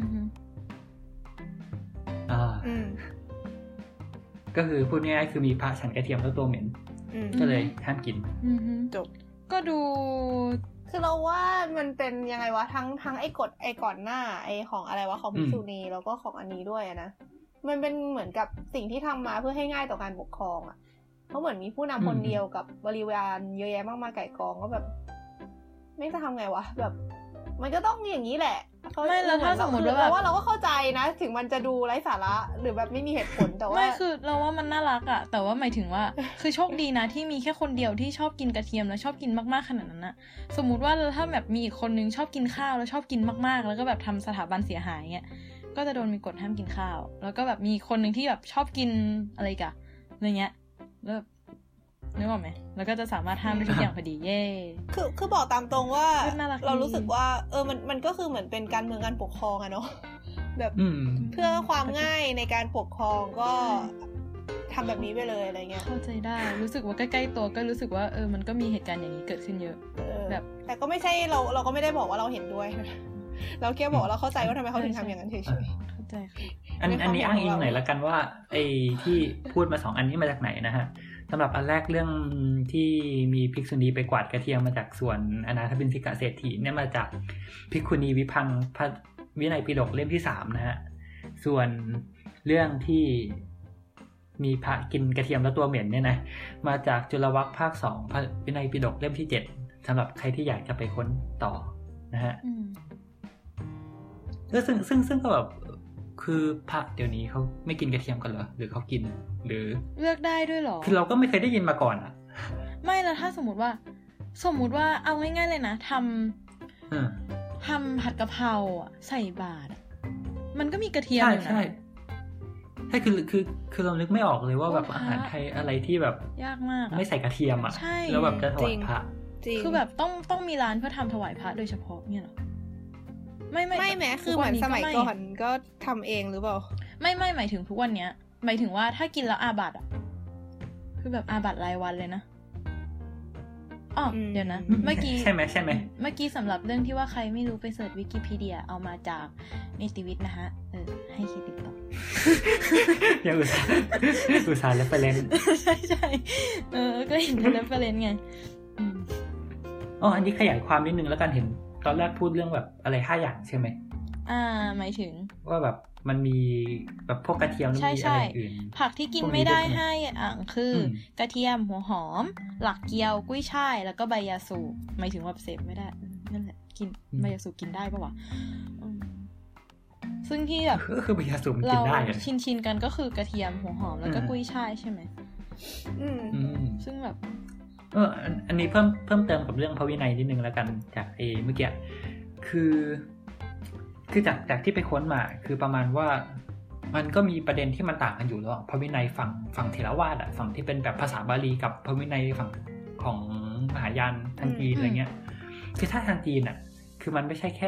ก็คือพูดง่ายๆคือมีพระฉันกระเทียมแล้วตัวเหม็นก็เลยห้ามกินจบก็ดูคือเราว่ามันเป็นยังไงวะทั้งไอ้กฎไอ้ก่อนหน้าไอ้ของอะไรวะของภิกษุณีแล้วก็ของอันนี้ด้วยนะมันเป็นเหมือนกับสิ่งที่ทำมาเพื่อให้ง่ายต่อการปกครองอ่ะเพราะเหมือนมีผู้นำคนเดียวกับบริวารเยอะแยะมากมายไก่กองก็แบบไม่จะทำไงวะแบบมันก็ต้องอย่างนี้แหละไม่แล้วถ้าสมมติว่าเราก็เข้าใจนะถึงมันจะดูไร้สาระหรือแบบไม่มีเหตุผลแต่ว่าไม่คือเราว่ามันน่ารักอะแต่ว่าหมายถึงว่าคือโชคดีนะที่มีแค่คนเดียวที่ชอบกินกระเทียมแล้วชอบกินมากๆขนาดนั้นนะสมมุติว่าถ้าแบบมีอีกคนนึงชอบกินข้าวแล้วชอบกินมากๆแล้วก็แบบทำสถาบันเสียหายเงี้ยก็จะโดนมีกฎห้ามกินข้าวแล้วก็แบบมีคนนึงที่แบบชอบกินอะไรกะอะไรเงี้ยแล้วนึกออกไหมแล้วก็จะสามารถห้ามได้ทุกอย่างพอดีเย่คือบอกตามตรงว่าเรารู้สึกว่ามันก็คือเหมือนเป็นการเมืองการปกครองอะเนาะแบบเพื่อความง่ายในการปกครองก็ทำแบบนี้ไปเลยอะไรเงี้ยเข้าใจได้รู้สึกว่าใกล้ๆตัวก็รู้สึกว่ามันก็มีเหตุการณ์อย่างนี้เกิดขึ้นเยอะแบบแต่ก็ไม่ใช่เราก็ไม่ได้บอกว่าเราเห็นด้วยเราแค่บอกเราเข้าใจว่าทำไมเขาถึงทำอย่างนั้นเฉยๆเข้าใจค่ะอันนี้อ้างอิงหน่อยละกันว่าไอ้ที่พูดมา2อันนี้มาจากไหนนะฮะสำหรับอันแรกเรื่องที่มีภิกษุณีไปกวาดกระเทียมมาจากส่วนอนาถบิณฑิกเศรษฐีเนี่ยมาจากภิกขุณีวิพังค์พระวินัยปิฎกเล่มที่3นะฮะส่วนเรื่องที่มีพระกินกระเทียมแล้วตัวเหม็นเนี่ยนะมาจากจุลวรรคภาค2พระวินัยปิฎกเล่มที่7สำหรับใครที่อยากจะไปค้นต่อนะฮะซึ่งก็แบบคือพระเดี๋ยวนี้เขาไม่กินกระเทียมกันเหรอหรือเขากินหรือเลือกได้ด้วยหรอคือเราก็ไม่เคยได้ยินมาก่อนอ่ะไม่แล้วถ้าสมมติว่าเอาง่ายๆเลยนะทำผัดกะเพราอ่ะใส่บาตรมันก็มีกระเทียมใช่คือเรานึกไม่ออกเลยว่าแบบอาหารไทยอะไรที่แบบยากมากไม่ใส่กระเทียมอ่ะแล้วแบบจะถวายพระคือแบบต้องมีร้านเพื่อทำถวายพระโดยเฉพาะเนี่ยหรอไม่แม้คือเหมือนสมัยก่อนก็ทำเองหรือเปล่าไม่หมายถึงทุกวันเนี้ยหมายถึงว่าถ้ากินแล้วอาบัติอ่ะคือแบบอาบัติรายวันเลยนะเดี๋ยวนะเมื่อกี้ใช่ไหมเมื่อกี้สำหรับเรื่องที่ว่าใครไม่รู้ไปเสิร์ชวิกิพีเดียเอามาจากเนติวิทย์นะฮะให้คิดติดต่อยังอุตส่าห์เรฟเฟอเรนซ์ใช่ก็เห็นเป็นเรฟเฟอเรนซ์ไงอันนี้ขยายความนิดนึงแล้วกันเห็นตอนแรกพูดเรื่องแบบอะไร5อย่างใช่ไหมหมายถึงว่าแบบมันมีแบบพวกกระเทียมแล้วมีอะไรอื่นผักที่กินไม่ได้5อย่างคือกระเทียมหัวหอมหลักเกี๊ยวกุ้ยช่ายแล้วก็ใบยาสูบหมายถึงว่าเสพไม่ได้นั่นแหละกินใบยาสูบกินได้ป่ะวะซึ่งที่แบบคือใบยาสูบกินได้เราชินกันก็คือกระเทียมหัวหอมแล้วก็กุ้ยช่ายใช่ไหมซึ่งแบบอันนี้เพิ่มเติมกับเรื่องพระวินัยนิดนึงแล้วกันจากเมื่อกี้คือจากที่ไปค้นมาคือประมาณว่ามันก็มีประเด็นที่มันต่างกันอยู่ระหว่างพระวินัยฝั่งเถรวาทฝั่งที่เป็นแบบภาษาบาลีกับพระวินัยฝั่งของมหายานทางจีนอะไรเงี้ยคือถ้าทางจีนคือมันไม่ใช่แค่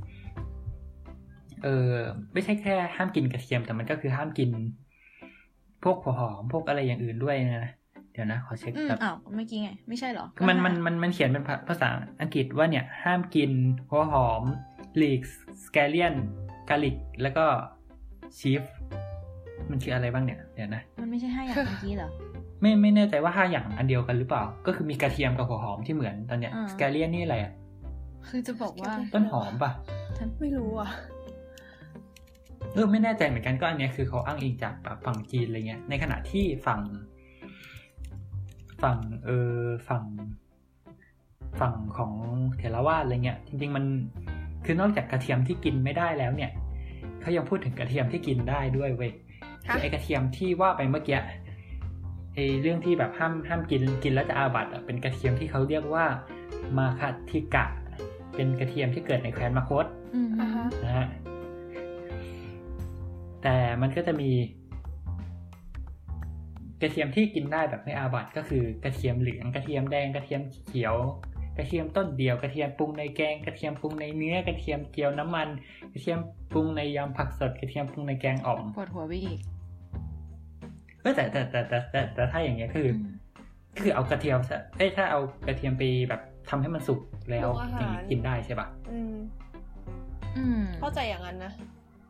ไม่ใช่แค่ห้ามกินกระเทียมแต่มันก็คือห้ามกินพวกหัวหอมพวกอะไรอย่างอื่นด้วยนะเดี๋ยวนะขอเช็คแบบเมื่อกี้ไงไม่ใช่หรอมันเขียนเป็นภาษาอังกฤษว่าเนี่ยห้ามกินหัวหอมลีกสแกเลียนกาลิกแล้วก็ชีฟมันคืออะไรบ้างเนี่ยเดี๋ยวนะมันไม่ใช่5อย่างเมื่อกี้เหรอไม่แน่ใจว่า5อย่างอันเดียวกันหรือเปล่าก็คือมีกระเทียมกับหัวหอมที่เหมือนตอนเนี้ยสแกเลียนนี่อะไรคือจะบอกว่าต้นหอมป่ะฉันไม่รู้ไม่แน่ใจเหมือนกันก็อันเนี้ยคือเขาอ้างอิงจากฝั่งจีนอะไรเงี้ยในขณะที่ฝั่งของเถรวาทอะไรเงี้ยจริงๆมันคือนอกจากกระเทียมที่กินไม่ได้แล้วเนี่ยเขายังพูดถึงกระเทียมที่กินได้ด้วยเว้ยคือไอ้กระเทียมที่ว่าไปเมื่อกี้ไอ้เรื่องที่แบบห้ามกินแล้วจะอาบัติเป็นกระเทียมที่เขาเรียกว่ามาคทิกะเป็นกระเทียมที่เกิดในแคว้นมคธนะฮะแต่มันก็จะมีกระเทียมที่กินได้แบบไม่อาบัติก็คือกระเทียมเหลืองกระเทียมแดงกระเทียมเขียวกระเทียมต้นเดียวกระเทียมปรุงในแกงกระเทียมปรุงในเนื้อกระเทียมเจียวน้ำมันกระเทียมปรุงในยำผักสดกระเทียมปรุงในแกงอ่อมปวดหัวไปอีกแต่ถ้าอย่างเงี้ยคือเอากระเทียมถ้าเอากระเทียมไปแบบทำให้มันสุกแล้วอย่างนี้กินได้ใช่ป่ะเข้าใจอย่างนั้นนะ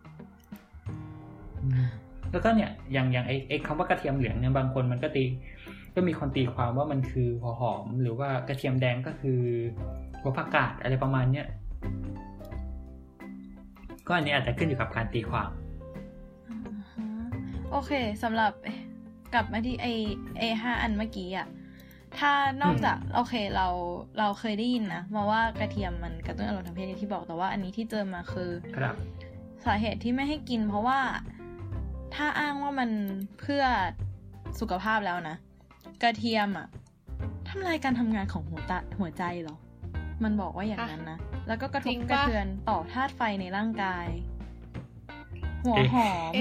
แล้วก็เนี่ยอย่างไอ้คำว่ากระเทียมเหลืองเนี่ยบางคนมันก็มีคนตีความว่ามันคือหัวหอมหรือว่ากระเทียมแดงก็คือหัวผักกาดอะไรประมาณเนี้ยก็อันนี้อาจจะขึ้นอยู่กับการตีความโอเคสำหรับกลับมาที่ไอ้5อันเมื่อกี้ถ้านอกจากโอเคเราเคยได้ยินนะมาว่ากระเทียมมันกระตุ้นอารมณ์ทางเพศที่บอกแต่ว่าอันนี้ที่เจอมาคือสาเหตุที่ไม่ให้กินเพราะว่าถ้าอ้างว่ามันเพื่อสุขภาพแล้วนะกระเทียมอ่ะทำลายการทำงานของหัวใจเหรอมันบอกว่าอย่างนั้นนะแล้วก็กระทบกระเทือนต่อธาตุไฟในร่างกายหัวหอม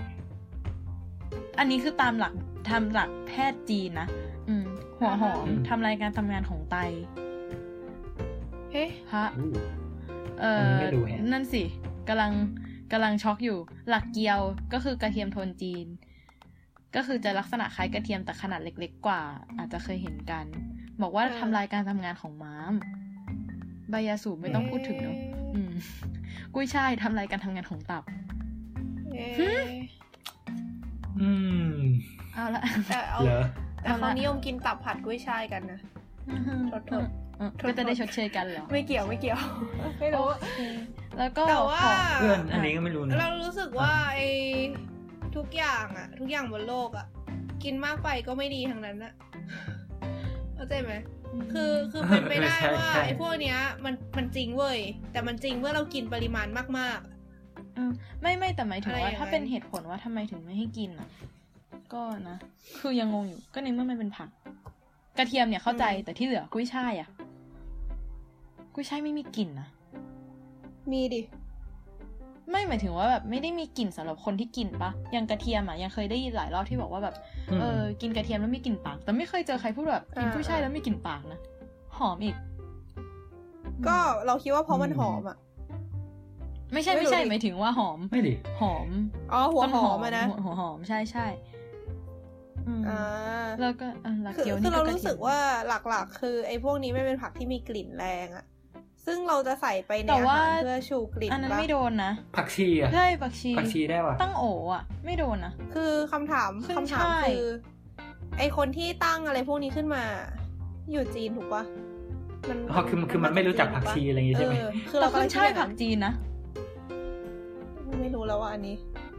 อันนี้คือตามหลักแพทย์จีนนะหัวหอมทำลายการทำงานของไตฮะนั่นสิกำลังช็อกอยู่หลักเกียวก็คือกระเทียมโทนจีนก็คือจะลักษณะคล้ายกระเทียมแต่ขนาดเล็กๆกว่าอาจจะเคยเห็นกันบอกว่าทำลายการทำงานของม้ามใบยาสูบไม่ต้องพูดถึงเนอะกุ้ยช่ายทำลายการทำงานของตับเอาละแต่เขานิยมกินตับผัดกุ้ยช่ายกันนะก็จะได้ชดเชยกันเหรอไม่เกี่ยวไม่รู้แล้วก็แต่ว่าเพื่อนอันนี้ก็ไม่รู้นะเรารู้สึกว่าไอ้ทุกอย่างบนโลกกินมากไปก็ไม่ดีทั้งนั้นนะเข้าใจไหมคือเป็นไปได้ว่าไอ้พวกเนี้ยมันจริงเว้ยแต่มันจริงเมื่อเรากินปริมาณมากๆไม่แต่หมายถึงว่าถ้าเป็นเหตุผลว่าทำไมถึงไม่ให้กินก็นะคือยังงงอยู่ก็ในเมื่อมันเป็นผักกระเทียมเนี่ยเข้าใจแต่ที่เหลือกุ้ยช่ายกุ้ยช่ายไม่มีกลิ่นนะมีดิไม่หมายถึงว่าแบบไม่ได้มีกลิ่นสำหรับคนที่กินปะอย่างกระเทียมยังเคยได้ยินหลายรอบที่บอกว่าแบบกินกระเทียมแล้วไม่กลิ่นปากแต่ไม่เคยเจอใครพูดแบบกินกุ้ยช่ายแล้วไม่กลิ่นปากนะหอมอีกก็เราคิดว่าเพราะมันหอมไม่ใช่หมายถึงว่าหอมไม่ดิหอมหัวหอมนะหัวหอมใช่แล้วก็หลักเกี๊ยวนี่คือเรารู้สึกว่าหลักๆคือไอ้พวกนี้ไม่เป็นผักที่มีกลิ่นแรงซึ่งเราจะใส่ไปในอาหารเพื่อชูกลิ่นอันนั้นไม่โดนนะผักชีใช่ผักชีได้ป่ะตั้งโอ๋ไม่โดนนะคือคำถามคือไอ้คนที่ตั้งอะไรพวกนี้ขึ้นมาอยู่จีนถูกปะมันคือมันไม่รู้จักผักชีอะไรอย่างงี้ใช่ไหมคือเราใช่ผักจีนนะไม่รู้แล้วว่าอันนี้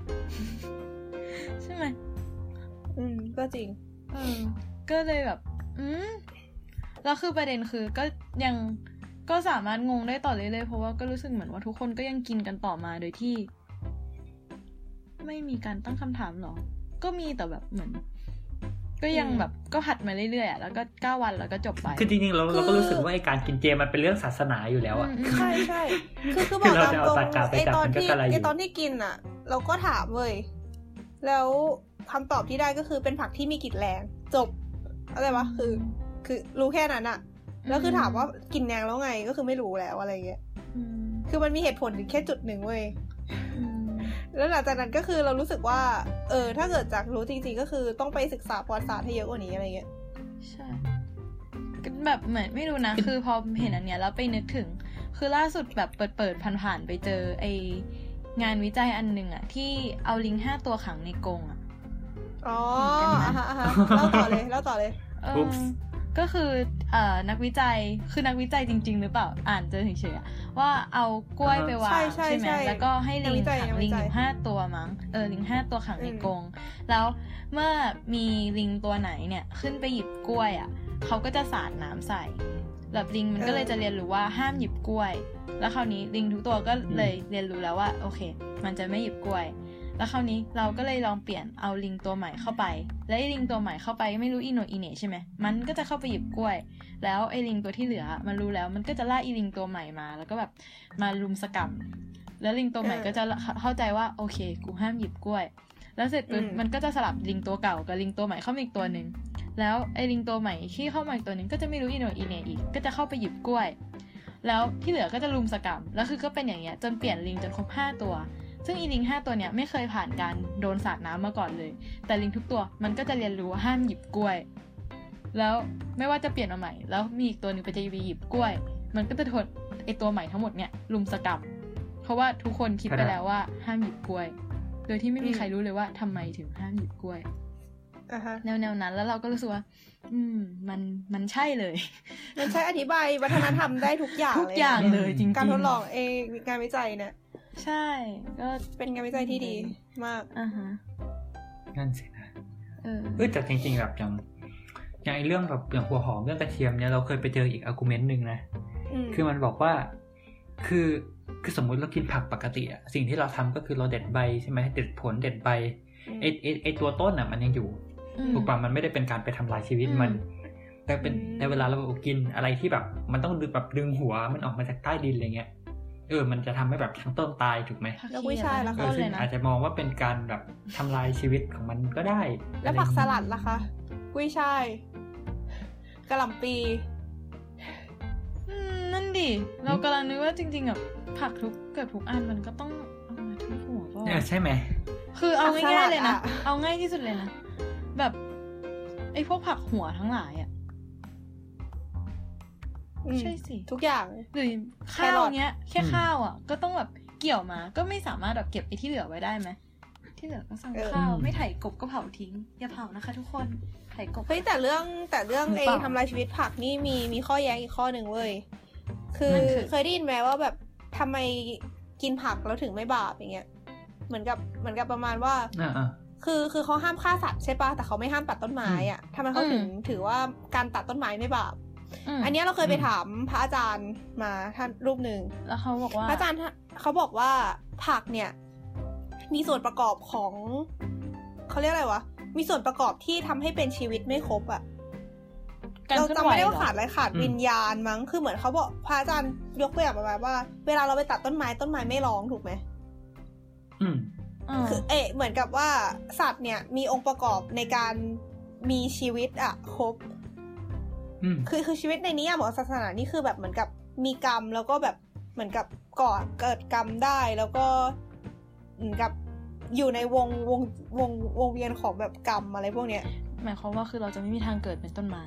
ใช่ไหมก็จริงก็เลยแบบแล้วคือประเด็นคือก็สามารถงงได้ต่อเรื่อยๆเพราะว่าก็รู้สึกเหมือนว่าทุกคนก็ยังกินกันต่อมาโดยที่ไม่มีการตั้งคำถามหรอก็มีแต่แบบเหมือนก็ยังแบบก็หัดมาเรื่อยๆแล้วก็9วันแล้วก็จบไปคือจริงๆเราก็รู้สึกว่าไอ้การกินเจมันเป็นเรื่องศาสนาอยู่แล้วใช่คือบอกตามตรงไอ้ตอนที่กินเราก็ถามเว้ยแล้วคำตอบที่ได้ก็คือเป็นผักที่มีกลิ่นแรงจบอะไรวะคือรู้แค่นั้นแล้วคือถามว่ากินแรงแล้วไงก็คือไม่รู้แล้วอะไรเงี้ยคือมันมีเหตุผลถึงแค่จุดหนึ่งเว้ยแล้วหลังจากนั้นก็คือเรารู้สึกว่าถ้าเกิดจากรู้จริงๆก็คือต้องไปศึกษาประวัติศาสตร์ให้เยอะกว่านี้อะไรเงี้ยใช่แบบเหมือนไม่รู้นะคือพอเห็นอันเนี้ยแล้วไปนึกถึงคือล่าสุดแบบเปิดผ่านๆไปเจอไองานวิจัยอันนึงที่เอาลิง5ตัวขังในกรงอ๋อเล่าต่อเลยก็คือนักวิจัยจริงๆหรือเปล่าอ่านเจอเฉยๆว่าเอากล้วยไปวางใช่ไหมแล้วก็ให้ลิงขังลิงอยู่5ตัวมั้งลิง5ตัวขังในกรงแล้วเมื่อมีลิงตัวไหนเนี่ยขึ้นไปหยิบกล้วยเขาก็จะสาดน้ำใส่แบบลิงมันก็เลยจะเรียนรู้ว่าห้ามหยิบกล้วยแล้วคราวนี้ลิงทุกตัวก็เลยเรียนรู้แล้วว่าโอเคมันจะไม่หยิบกล้วยแล้วคราวนี้เราก็เลยลองเปลี่ยนเอาลิงตัวใหม่เข้าไปแล้วไอ้ลิงตัวใหม่เข้าไปไม่รู้อีโนอีเหน่ใช่ไหมมันก็จะเข้าไปหยิบกล้วยแล้วไอ้ลิงตัวที่เหลือมันรู้แล้วมันก็จะล่าอีลิงตัวใหม่มาแล้วก็แบบมารุมสกรรมแล้วลิงตัวใหม่ก็จะเข้าใจว่าโอเคกูห้ามหยิบกล้วยแล้วเสร็จปุ๊บมันก็จะสลับลิงตัวเก่ากับลิงตัวใหม่เข้ามาอีกตัวนึงแล้วไอ้ลิงตัวใหม่ที่เข้ามาอีกตัวนึงก็จะไม่รู้อีโนอีเหน่อีกก็จะเข้าไปหยิบกล้วยแล้วที่เหลือก็จะรุมสกรรมแล้วคือก็เป็นอย่างเงี้ยจนเปลี่ยนลิงจนครบ5ตัวซึ่งอีลิง5ตัวเนี้ยไม่เคยผ่านการโดนสาดน้ำมาก่อนเลยแต่ลิงทุกตัวมันก็จะเรียนรู้ว่าห้ามหยิบกล้วยแล้วไม่ว่าจะเปลี่ยนมาใหม่แล้วมีอีกตัวนึงไปจะหยิบกล้วยมันก็จะโดนไอตัวใหม่ทั้งหมดเนี่ยรุมสกรรมเพราะว่าทุกคนคิดไปแล้วว่าห้ามหยิบกล้วยโดยที่ไม่มีใครรู้เลยว่าทำไมถึงห้ามหยิบกล้วยแนวนั้นแล้วเราก็รู้สึกว่ามันใช่เลยมันใช่อธิบายวัฒนธรรมได้ทุกอย่างเลยจริงๆการทดลองงานวิจัยเนี่ยใช่ก็เป็นงานวิจัยที่ดีมากนั่นสินะแต่จริงๆแบบอย่างไอ้เรื่องแบบอย่างหัวหอมเรื่องกระเทียมเนี่ยเราเคยไปเจออีกอาร์กิวเมนต์นึงนะคือมันบอกว่าคือสมมุติเรากินผักปกติอะสิ่งที่เราทำก็คือเราเด็ดใบใช่ไหมเด็ดผลเด็ดใบไอ้ตัวต้นอะมันยังอยู่ถูกป่ะมันไม่ได้เป็นการไปทำลายชีวิตมันแต่เวลาเรากินอะไรที่แบบมันต้องแบบดึงหัวมันออกมาจากใต้ดินอะไรเงี้ยมันจะทำให้แบบทั้งต้นตายถูกไหมแล้วกุ้ยช่ายล่ะคะอาจจะมองว่าเป็นการแบบทำลายชีวิตของมันก็ได้แล้วผักสลัดล่ะคะกุ้ยช่ายกะหล่ำปีนั่นดิเรากำลังนึกว่าจริงๆแบบผักเกือบทุกอันมันก็ต้องเอามาทุบหัวก็ใช่ไหมคือเอาง่ายๆเลยนะเอาง่ายที่สุดเลยนะแบบไอ้พวกผักหัวทั้งหลายอ่ะใช่สิทุกอย่างหรือข้าวเงี้ยแค่ข้าวอ่ะก็ต้องแบบเกี่ยวมาก็ไม่สามารถแบบเก็บไอ้ที่เหลือไว้ได้ไหมที่เหลือก็สั่งข้าวไม่ไถกบก็เผาทิ้งอย่าเผานะคะทุกคนไถกบเฮ้ยแต่เรื่องไอ้ทำลายชีวิตผักนี่มีข้อแย้งอีกข้อหนึ่งเว้ยคือเคยได้ยินไหมว่าแบบทำไมกินผักแล้วถึงไม่บาปอย่างเงี้ยเหมือนกับประมาณว่าคือเขาห้ามฆ่าสัตว์ใช่ป่ะแต่เขาไม่ห้ามตัดต้นไม้อ่ะทำไมเขาถึงถือว่าการตัดต้นไม้ไม่บาปอันนี้เราเคยไปถามพระอาจารย์มาท่านรูปหนึ่งแล้วเขาบอกว่าพระอาจารย์เขาบอกว่าผักเนี่ยมีส่วนประกอบของเขาเรียกอะไรวะมีส่วนประกอบที่ทำให้เป็นชีวิตไม่ครบอ่ะเราจำไม่ได้ว่าขาดอะไรขาดวิญญาณมั้งคือเหมือนเขาบอกพระอาจารย์ยกตัวอย่างมาว่าเวลาเราไปตัดต้นไม้ไม่ร้องถูกไหมคือเหมือนกับว่าสัตว์เนี่ยมีองค์ประกอบในการมีชีวิตอ่ะครบคือชีวิตในนี้หมอศาสนานี่คือแบบเหมือนกับมีกรรมแล้วก็แบบเหมือนกับเกิดกรรมได้แล้วก็เหมือนกับอยู่ในวงเวียนของแบบกรรมอะไรพวกเนี้ยหมายความว่าคือเราจะไม่มีทางเกิดเป็นต้นไม้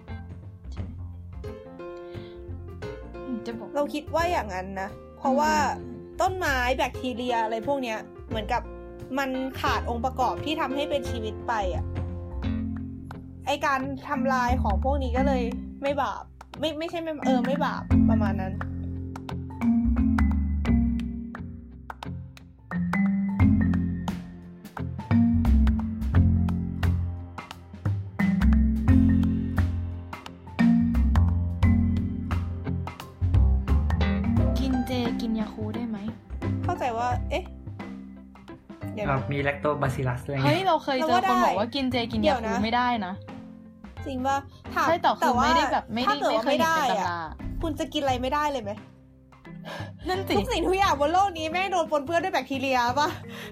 เราคิดว่าอย่างนั้นนะเพราะว่าต้นไม้แบคทีเรียอะไรพวกเนี้ยเหมือนกับมันขาดองค์ประกอบที่ทำให้เป็นชีวิตไปอ่ะไอการทำลายของพวกนี้ก็เลยไม่บาปไม่ใช่ไม่บาปประมาณนั้นกินเจกินยาคูได้ไหมเข้าใจว่ามีแลคโตบาซิลัสอะไรเฮ้ยเราเคยเจอคนบอกว่ากินเจกินยาคูไม่ได้นะจริงป่ะใช่แต่ว่าไม่ได้แบบไม่เคยเห็นเป็นตำราคุณจะกินอะไรไม่ได้เลยไหมนั่นสิทุกสิ่งทุกอย่างบนโลกนี้แม่งโดนปนเปื้อนด้วยแบคทีเรียป่ะ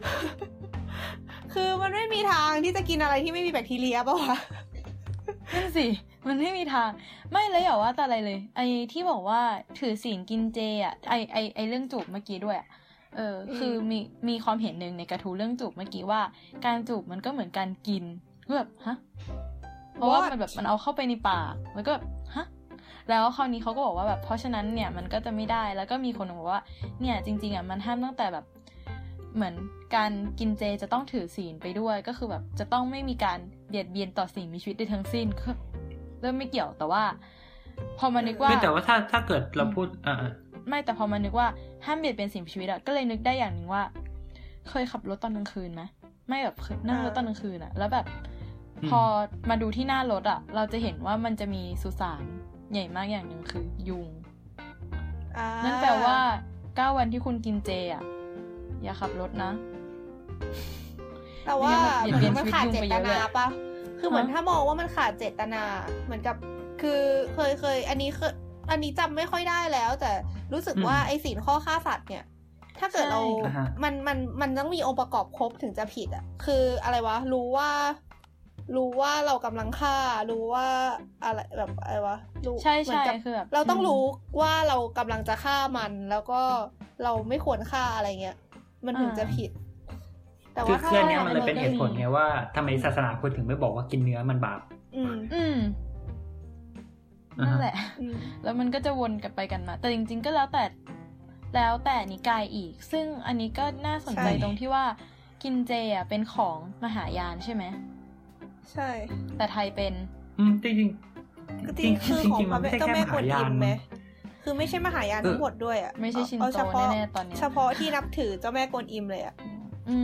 คือมันไม่มีทางที่จะกินอะไรที่ไม่มีแบคทีเรียป่ะวะนั่นสิมันไม่มีทางไม่เลยอย่าว่าแต่อะไรเลยไอ้ที่บอกว่าถือศีลกินเจอ่ะไอเรื่องจูบเมื่อกี้ด้วยคือมีความเห็นนึงในกระทู้เรื่องจูบเมื่อกี้ว่าการจูบมันก็เหมือนการกินแบบฮะเพราะว่ามันแบบมันเอาเข้าไปในปากมันก็ฮะแล้วคราวนี้เขาก็บอกว่าแบบเพราะฉะนั้นเนี่ยมันก็จะไม่ได้แล้วก็มีคนบอกว่าเนี่ยจริงๆอ่ะมันห้ามตั้งแต่แบบเหมือนการกินเจจะต้องถือศีลไปด้วยก็คือแบบจะต้องไม่มีการเบียดเบียนต่อสิ่งมีชีวิตใดทั้งสิ้นเริ่มไม่เกี่ยวแต่ว่าพอมานึกว่าแต่ว่าถ้าเกิดเราพูดไม่แต่พอมานึกว่าห้ามเบียดเบียนสิ่งมีชีวิตอะก็เลยนึกได้อย่างนึงว่าเคยขับรถตอนกลางคืนไหมไม่แบบนั่งรถตอนกลางคืนอะแล้วแบบพอมาดูที่หน้ารถอะเราจะเห็นว่ามันจะมีสุสานใหญ่มากอย่างนึงคือยุงนั่นแปลว่า9 วันที่คุณกินเจอะอย่าขับรถนะแต่ว่ามันขาดเจตนาปะคือเหมือนถ้ามองว่ามันขาดเจตนาเหมือนกับคือเคยอันนี้จำไม่ค่อยได้แล้วแต่รู้สึกว่าไอ้ศีลข้อฆ่าสัตว์เนี่ยถ้าเกิดเรามันต้องมีองค์ประกอบครบถึงจะผิดอ่ะคืออะไรวะรู้ว่าเรากำลังฆ่ารู้ว่าอะไรแบบอะไรวะรู้ใช่ใช่คือแบบเราต้องรู้ว่าเรากำลังจะฆ่ามันแล้วก็เราไม่ควรฆ่าอะไรเงี้ยมันถึงจะผิดแต่ว่าคือเนี้ยมันเลยเป็นเหตุผลไงว่าทำไมศาสนาพุทธถึงไม่บอกว่ากินเนื้อมันบาปนั่นแหละแล้วมันก็จะวนกันไปกันมาแต่จริงๆก็แล้วแต่นิกายอีกซึ่งอันนี้ก็น่าสนใจตรงที่ว่ากินเจอ่ะเป็นของมหายานใช่ไหมใช่แต่ไทยเป็นจริงคือของพระเจ้าแม่กวนอิมไหมคือไม่ใช่มหายานทั้งหมดด้วยอ่ะไม่ใช่ชินโตแน่ๆตอนนี้เฉพาะที่นับถือเจ้าแม่กวนอิมเลยอ่ะ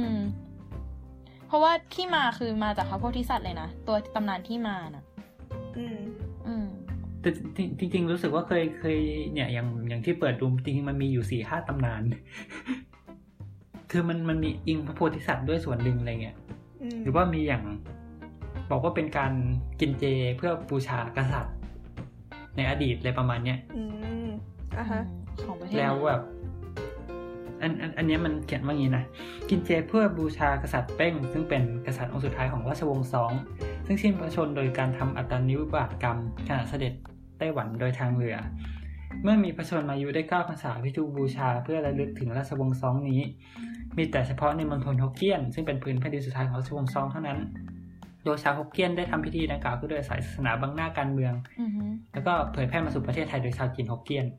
เพราะว่าที่มาคือมาจากพระโพธิสัตว์เลยนะตัวตำนานที่มาน่ะแต่จริงๆรู้สึกว่าเคยเนี่ยอย่างที่เปิดดูจริงๆมันมีอยู่ 4-5 ตำนานคือมันมีอิงพระโพธิสัตว์ด้วยส่วนหนึ่งอะไรเงี้ยหรือว่ามีอย่างบอกว่าเป็นการกินเจเพื่อบูชากษัตริย์ในอดีตอะไรประมาณเนี้ยของประเทศแล้วแบบอันนี้มันเขียนว่างี้นะกินเจเพื่อบูชากษัตริย์เป้งซึ่งเป็นกษัตริย์องค์สุดท้ายของราชวงศ์ซองซึ่งสิ้นพระชนม์โดยการทำอัตนิวิบาตกรรมขณะเสด็จไต้หวันโดยทางเรือเมื่อมีพระชนมายุได้9 พรรษาพิธีบูชาเพื่อระลึกถึงราชวงศ์ซองนี้มีแต่เฉพาะในมณฑลฮกเกี้ยนซึ่งเป็นพื้นแผ่นดินสุดท้ายของราชวงศ์ซองเท่านั้นโดยชาวฮกเกี้ยนได้ทำพิธีดังกล่าวขึ้นโดยสายศาสนาบังหน้าการเมืองแล้วก็เผยแพร่มาสู่ประเทศไทยโดยชาวจีนฮกเกี้ยน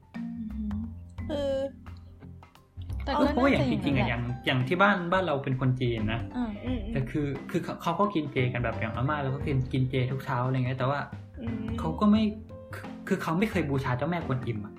แต่ก็เพราะว่าอย่างจริงๆอย่างที่บ้านเราเป็นคนจีนนะแต่คือเขาก็กินเจกันแบบอย่างอาม่าแล้วก็กินเจทุกเช้าอะไรเงี้ยแต่ว่าเขาก็ไม่คือเขาไม่เคยบูชาเจ้าแม่กวนอิมอ่ะ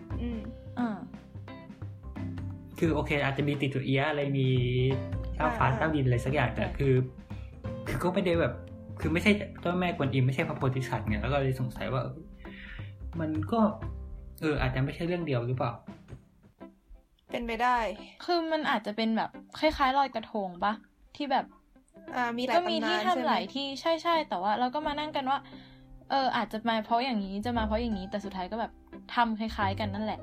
คือโอเคอาจจะมีติตุเอียอะไรมีเจ้าฟ้าเจ้าดินอะไรสักอย่างแต่คือก็ไม่ได้แบบคือไม่ใช่เจ้าแม่กวนอิมไม่ใช่พระโพธิสัตว์ไงแล้วก็เลยสงสัยว่ามันก็อาจจะไม่ใช่เรื่องเดียวหรือเปล่าเป็นไปได้คือมันอาจจะเป็นแบบคล้ายๆลอยกระทงปะที่แบบมีหลายตำนานก็มีที่ทำหลายที่ใช่แต่ว่าเราก็มานั่งกันว่าอาจจะมาเพราะอย่างนี้จะมาเพราะอย่างนี้แต่สุดท้ายก็แบบทำคล้ายๆกันนั่นแหละ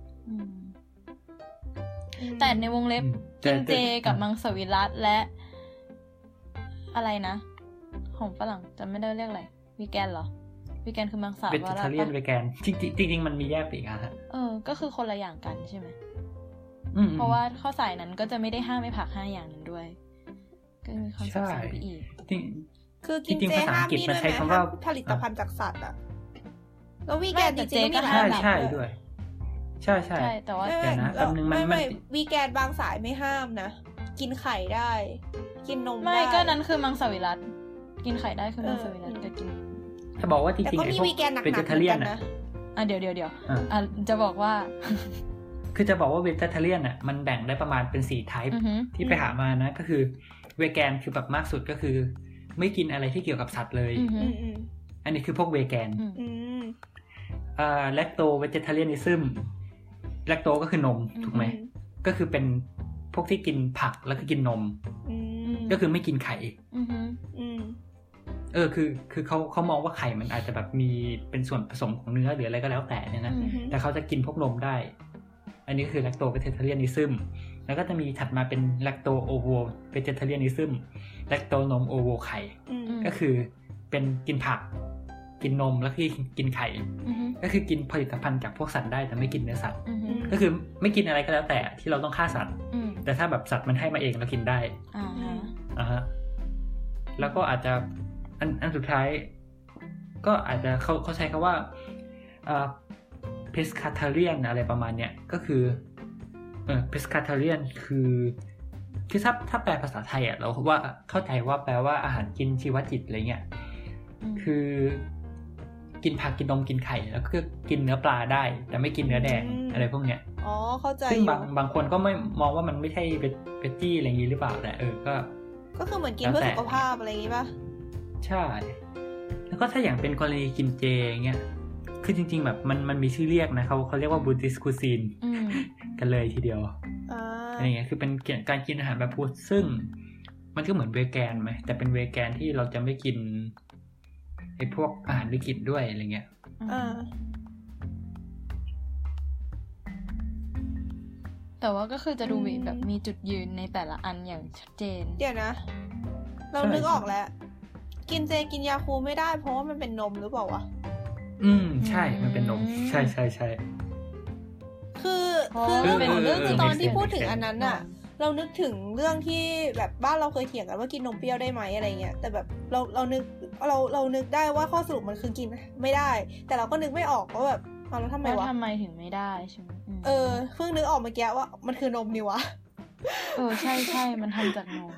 แต่ในวงเล็บกินเจกับมังสวิรัติและอะไรนะของฝรั่งจำไม่ได้เรียกอะไรวีแกนเหรอวีแกนคือมังสวิรัติเวจิเทเรียนวีแกนจริงมันมีแยกไปอีกฮะก็คือคนละอย่างกันใช่ไหมเพราะว่าข้อสายนั้นก็จะไม่ได้ห้ามไม่ผัก5อย่างนั้นด้วยก็มีคอนเซ็ปต์ไปอีกคือกินเจห้ามนี่ด้วยไหมผลิตภัณฑ์จากสัตว์อ่ะแล้ววีแกนจริงๆก็มีห้ามใช่ด้วยใช่แต่ว่าไม่วีแกนบางสายไม่ห้ามนะกินไข่ได้กินนมได้ไม่ก็นั้นคือมังสวิรัติกินไข่ได้คือมังสวิรัติก็กินจะบอกว่าจริงๆไอ้พวกเวจิเทเรียนนะเดี๋ยวจะบอกว่าคือจะบอกว่าเวจิเทเรียนอ่ะมันแบ่งได้ประมาณเป็น4 type ที่ไปหามานะก็คือเวแกนคือแบบมากสุดก็คือไม่กินอะไรที่เกี่ยวกับสัตว์เลยอันนี้คือพวกเวแกนแลคโตเวจิเทเรียนิซึมแลคโตก็คือนมถูกไหมก็คือเป็นพวกที่กินผักแล้วก็กินนมก็คือไม่กินไข่คือเขามองว่าไข่มันอาจจะแบบมีเป็นส่วนผสมของเนื้อหรืออะไรก็แล้วแต่เนี่ยนะแต่เขาจะกินพวกนมได้อันนี้คือแลคโตเวจิเทเรียนิซึมแล้วก็จะมีถัดมาเป็นแลคโตโอโวเวจิเทเรียนิซึมแลคโตนมโอโวไข่ก็คือเป็นกินผักกินนมแล้วก็กินไข่ก็คือกินผลิตภัณฑ์จากพวกสัตว์ได้แต่ไม่กินเนื้อสัตว์ก็คือไม่กินอะไรก็แล้วแต่ที่เราต้องฆ่าสัตว์แต่ถ้าแบบสัตว์มันให้มาเองเรากินได้แล้วก็อาจจะอันสุดท้ายก็อาจจะเขาใช้คำว่าpescatarian อะไรประมาณเนี้ยก็คือpescatarian คือถ้าแปลภาษาไทยอ่ะเราว่าเข้าใจว่าแปลว่าอาหารกินชีวจิตอะไรเงี้ยคือกินผักกินนมกินไข่แล้วก็กินเนื้อปลาได้แต่ไม่กินเนื้อแดงอะไรพวกเนี้ยเข้าใจซึ่งบางคนก็ไม่มองว่ามันไม่ใช่เวจจี้อะไรอย่างงี้หรือเปล่าแต่ก็คือเหมือนกินเพื่อสุขภาพอะไรอย่างงี้ป่ะใช่แล้วก็ถ้าอย่างเป็นกรณีกินเจอย่างเงี้ยคือจริงๆแบบมันมีชื่อเรียกนะเขาเรียกว่าบูติสคูซีนกันเลยทีเดียวอะไรเงี้ยคือเป็นการกินอาหารแบบพุทธซึ่งมันก็เหมือนเวแกนไหมแต่เป็นเวแกนที่เราจะไม่กินไอ้พวกอาหารลิขิตด้วยอะไรเงี้ยแต่ว่าก็คือจะดูแบบมีจุดยืนในแต่ละอันอย่างชัดเจนเดี๋ยวนะเรานึกออกแล้วกินเจกินยาคูไม่ได้เพราะว่ามันเป็นนมหรือเปล่าวะใช่มันเป็นนมใช่คือเรื่องตอนที่พูดถึงอันนั้นน่ะเรานึกถึงเรื่องที่แบบบ้านเราเคยเถียงกันว่ากินนมเปรี้ยวได้ไหมอะไรเงี้ยแต่แบบเรานึกได้ว่าข้อสรุปมันคือกินไม่ได้แต่เราก็นึกไม่ออกว่าแบบแล้วทำไมวะทำไมถึงไม่ได้ใช่ไหมเพิ่งนึกออกเมื่อกี้ว่ามันคือนมนี่วะใช่มันทำจากนม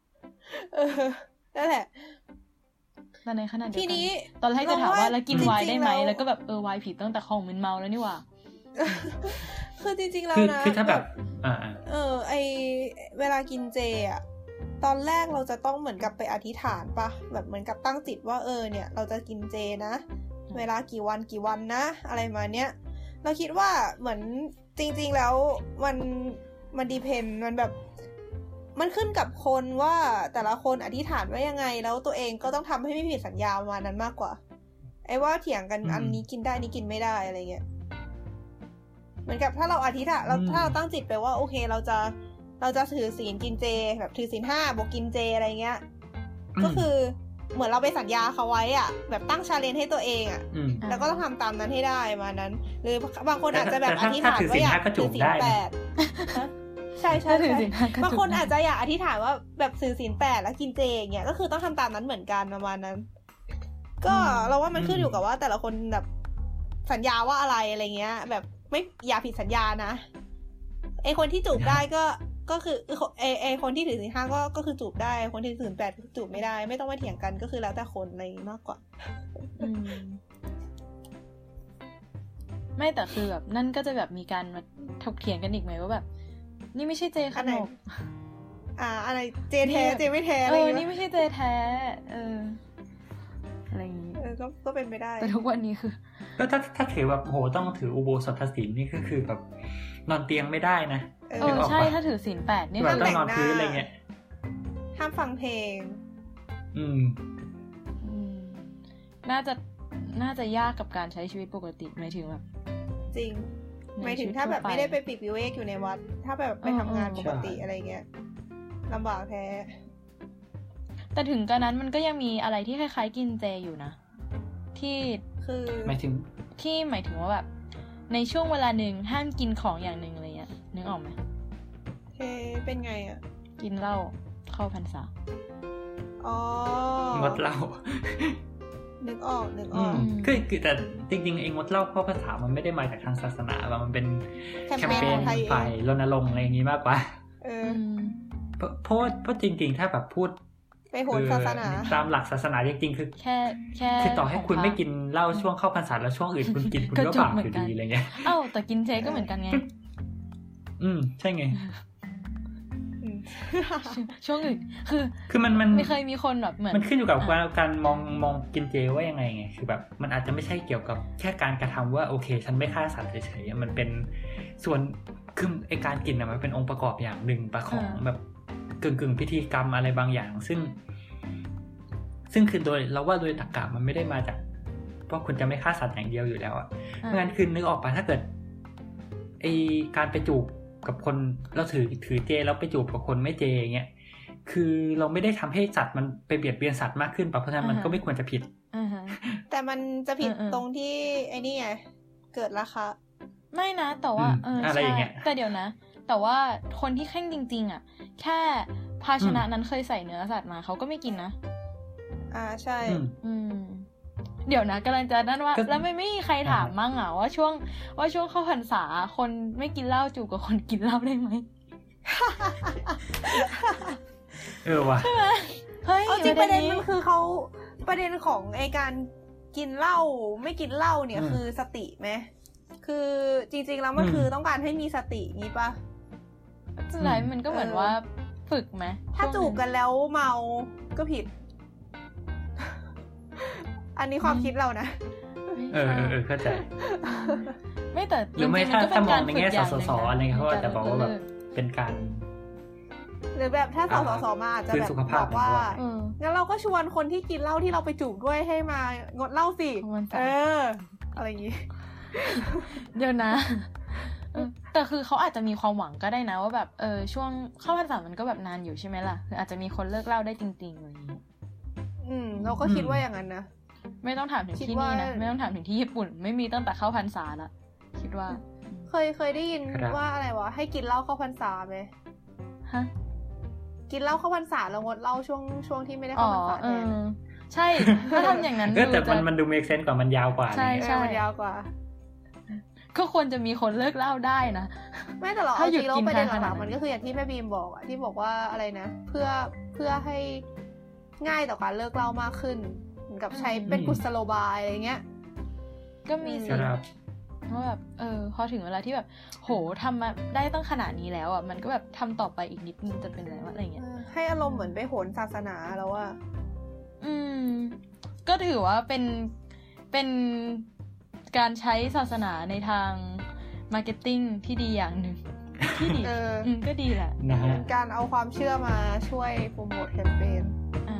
นั่นแหละแต่ในขณะเดียวกันตอนแรกจะถามว่าแล้วกินไวน์ได้ไหมแล้วก็แบบไวน์ผิดตั้งแต่ของมึนเมาแล้วนี่หว่าคือจริงๆแล้วนะคือถ้าแบบเวลากินเจอ่ะตอนแรกเราจะต้องเหมือนกับไปอธิษฐานปะแบบเหมือนกับตั้งจิตว่าเนี่ยเราจะกินเจนะเวลากี่วันนะอะไรมาเนี้ยเราคิดว่าเหมือนจริงๆแล้วมันดีเพนมันแบบมันขึ้นกับคนว่าแต่ละคนอธิษฐานว่ายังไงแล้วตัวเองก็ต้องทำให้ไม่ผิดสัญญาประมาณนั้นมากกว่าไอ้ว่าเถียงกันอันนี้กินได้นี่กินไม่ได้อะไรเงี้ยเหมือนกับถ้าเราอธิษฐานถ้าเราตั้งจิตไปว่าโอเคเราจะถือศีลกินเจแบบถือศีล5บวกกินเจอะไรเงี้ยก็คือเหมือนเราไปสัญญาเขาไว้อ่ะแบบตั้งชาเลนจ์ให้ตัวเองอ่ะแล้วก็ต้องทำตามนั้นให้ได้มานั้นหรือบางคนอาจจะแบบอธิษฐานว่าอยากถือศีล8ใช่บางคนอาจจะอยากอธิษฐานว่าแบบถือศีล8แล้วกินเจอย่างเงี้ยก็คือต้องทำตามนั้นเหมือนกันประมาณนั้นก็เราว่ามันขึ้นอยู่กับว่าแต่ละคนแบบสัญญาว่าอะไรเงี้ยแบบไม่อย่าผิดสัญญานะไอคนที่จูบได้ก็คือไอคนที่ถือศีล5ก็คือจูบได้คนที่ถือศีล8ก็จูบไม่ได้ไม่ต้องมาเถียงกันก็คือแล้วแต่คนอะไรมากกว่าไม่แต่คือแบบนั่นก็จะแบบมีการมาถกเถียงกันอีกไหมว่าแบบนี่ไม่ใช่เจขนมอะไรเจแท้เจไม่แท้อะไรนี่ไม่ใช่เจแท้อะไรอย่างงี้ก็เป็นไม่ได้แต่ทุกวันนี้คือก็ถ้าถือแบบโหต้องถืออุโบสถศีลนี่ก็คือแบบนอนเตียงไม่ได้นะใช่ถ้าถือศีล8นี่ต้องนอนพื้นอะไรเงี้ยห้ามฟังเพลงน่าจะยากกับการใช้ชีวิตปกติหมายถึงแบบจริงหมายถึงถ้าแบบไม่ได้ไปปีกวิเวกอยู่ในวัดถ้าแบบไปทำงานปกติอะไรเงี้ยลำบากแท้แต่ถึงกระนั้นมันก็ยังมีอะไรที่คล้ายๆกินเจอยู่นะที่คือหมายถึงว่าแบบในช่วงเวลาหนึ่งห้ามกินของอย่างหนึ่งอะไรเงี้ยนึกออกไหมเป็นไงอ่ะกินเหล้าเข้าพรรษางดเหล้านึกออกคือแต่จริงๆไอ้งดเหล้าเข้าพรรษามันไม่ได้มาจากทางศาสนาหรอกมันเป็นแคมเปญฝ่ายรณรงค์อะไรอย่างงี้มากกว่าเพราะจริงๆถ้าแบบพูดไปโหนศาสนาตามหลักศาสนาจริงๆคือแค่คือต่อให้คุณไม่กินเหล้าช่วงเข้าพรรษาแล้วช่วงอื่นคุณกินคุณก็บาปอยู่ดีอะไรเงี้ยแต่กินเจก็เหมือนกันไงใช่ไงช่วงอื่นคือมันไม่เคยมีคนแบบเหมือนมันขึ้นอยู่กับการมองกินเจว่ายังไงคือแบบมันอาจจะไม่ใช่เกี่ยวกับแค่การกระทำว่าโอเคฉันไม่ฆ่าสัตว์เฉยๆมันเป็นส่วนคือไอการกินมันเป็นองค์ประกอบอย่างหนึ่งของแบบกึ่งพิธีกรรมอะไรบางอย่างซึ่งคือโดยเราว่าโดยตรรกะมันไม่ได้มาจากว่าคุณจะไม่ฆ่าสัตว์อย่างเดียวอยู่แล้วอ่ะเพราะงั้นคือนึกออกป่ะถ้าเกิดไอการไปจูบกับคนเราถือเจแล้วไปจูบกับคนไม่เจอย่างเงี้ยคือเราไม่ได้ทำให้สัตว์มันไปเบียดเบียนสัตว์มากขึ้นป่ะเพราะฉะนั้นมันก็ไม่ควรจะผิดแต่มันจะผิดตรงที่ไอ้นี่ไงเกิดราคาไม่นะแต่ว่าอะไรอย่างเงี้ยแต่เดี๋ยวนะแต่ว่าคนที่แข่งจริงๆอ่ะแค่ภาชนะนั้นเคยใส่เนื้อสัตว์มาเขาก็ไม่กินนะใช่เดี๋ยวนะกำลังจะนั่นว่าแล้วไม่มีใครถามมั่งอ่ะว่าช่วงเข้าพรรษาคนไม่กินเหล้าจูบกับคนกินเหล้าได้ไหมว่ะใช่ไหมเฮ้ยจริงประเด็นมันคือเขาประเด็นของไอการกินเหล้าไม่กินเหล้าเนี่ยคือสติไหมคือจริงๆแล้วมันคือต้องการให้มีสติงี้ป่ะสุดท้ายมันก็เหมือนว่าฝึกไหมถ้าจูบกันแล้วเมาก็ผิดอันนี้ความคิดเรานะเข้าใจไม่แต่หรือไม่ถ้ามองในแง่สอะไรเงี้ยเขาอาจจะบอกว่าแบบเป็นการหรือแบบถ้าสมาอาจจะแบบบอกว่างั้นเราก็ชวนคนที่กินเหล้าที่เราไปจูบด้วยให้มางดเหล้าสิอะไรอย่างงี้เดี๋ยวนะแต่คือเขาอาจจะมีความหวังก็ได้นะว่าแบบช่วงเข้าพรรษามันก็แบบนานอยู่ใช่ไหมล่ะคืออาจจะมีคนเลิกเหล้าได้จริงๆอะไรอย่างงี้เราก็คิดว่าอย่างนั้นนะไม่ต้องถามถึงที่นี่นะไม่ต้องถามถึงที่ญี่ปุ่นไม่มีตั้งแต่เข้าพรรษาละคิดว่าเคยได้ยินว่าอะไรวะให้กินเหล้าเข้าพรรษาไหมฮะกินเหล้าเข้าพรรษาแล้วงดเหล้าช่วงที่ไม่ได้เข้าพรรษาแทนใช่ถ้าทำอย่างนั้นแต่มันดูเมคเซนส์กว่ามันยาวกว่าใช่มันยาวกว่าก็ควรจะมีคนเลิกเหล้าได้นะไม่แต่เราเอาจริงแล้วประเด็นหลักๆมันก็คืออย่างที่แม่บีมบอกอะที่บอกว่าอะไรนะเพื่อให้ง่ายต่อการเลิกเหล้ามากขึ้นเหมือนกับใช้เป็นกุศโลบายอะไรเงี้ยก็มีสิว่าแบบพอถึงเวลาที่แบบโหทำมาได้ตั้งขนาดนี้แล้วอ่ะมันก็แบบทำต่อไปอีกนิดนึงจะเป็นอะไรเงี้ยให้อารมณ์เหมือนไปโหนศาสนาแล้วว่าก็ถือว่าเป็นเป็นการใช้ศาสนาในทางมาร์เก็ตติ้งที่ดีอย่างหนึ่งที่ดีก็ดีแหละนะฮะการเอาความเชื่อมาช่วยโปรโมทแคมเปญ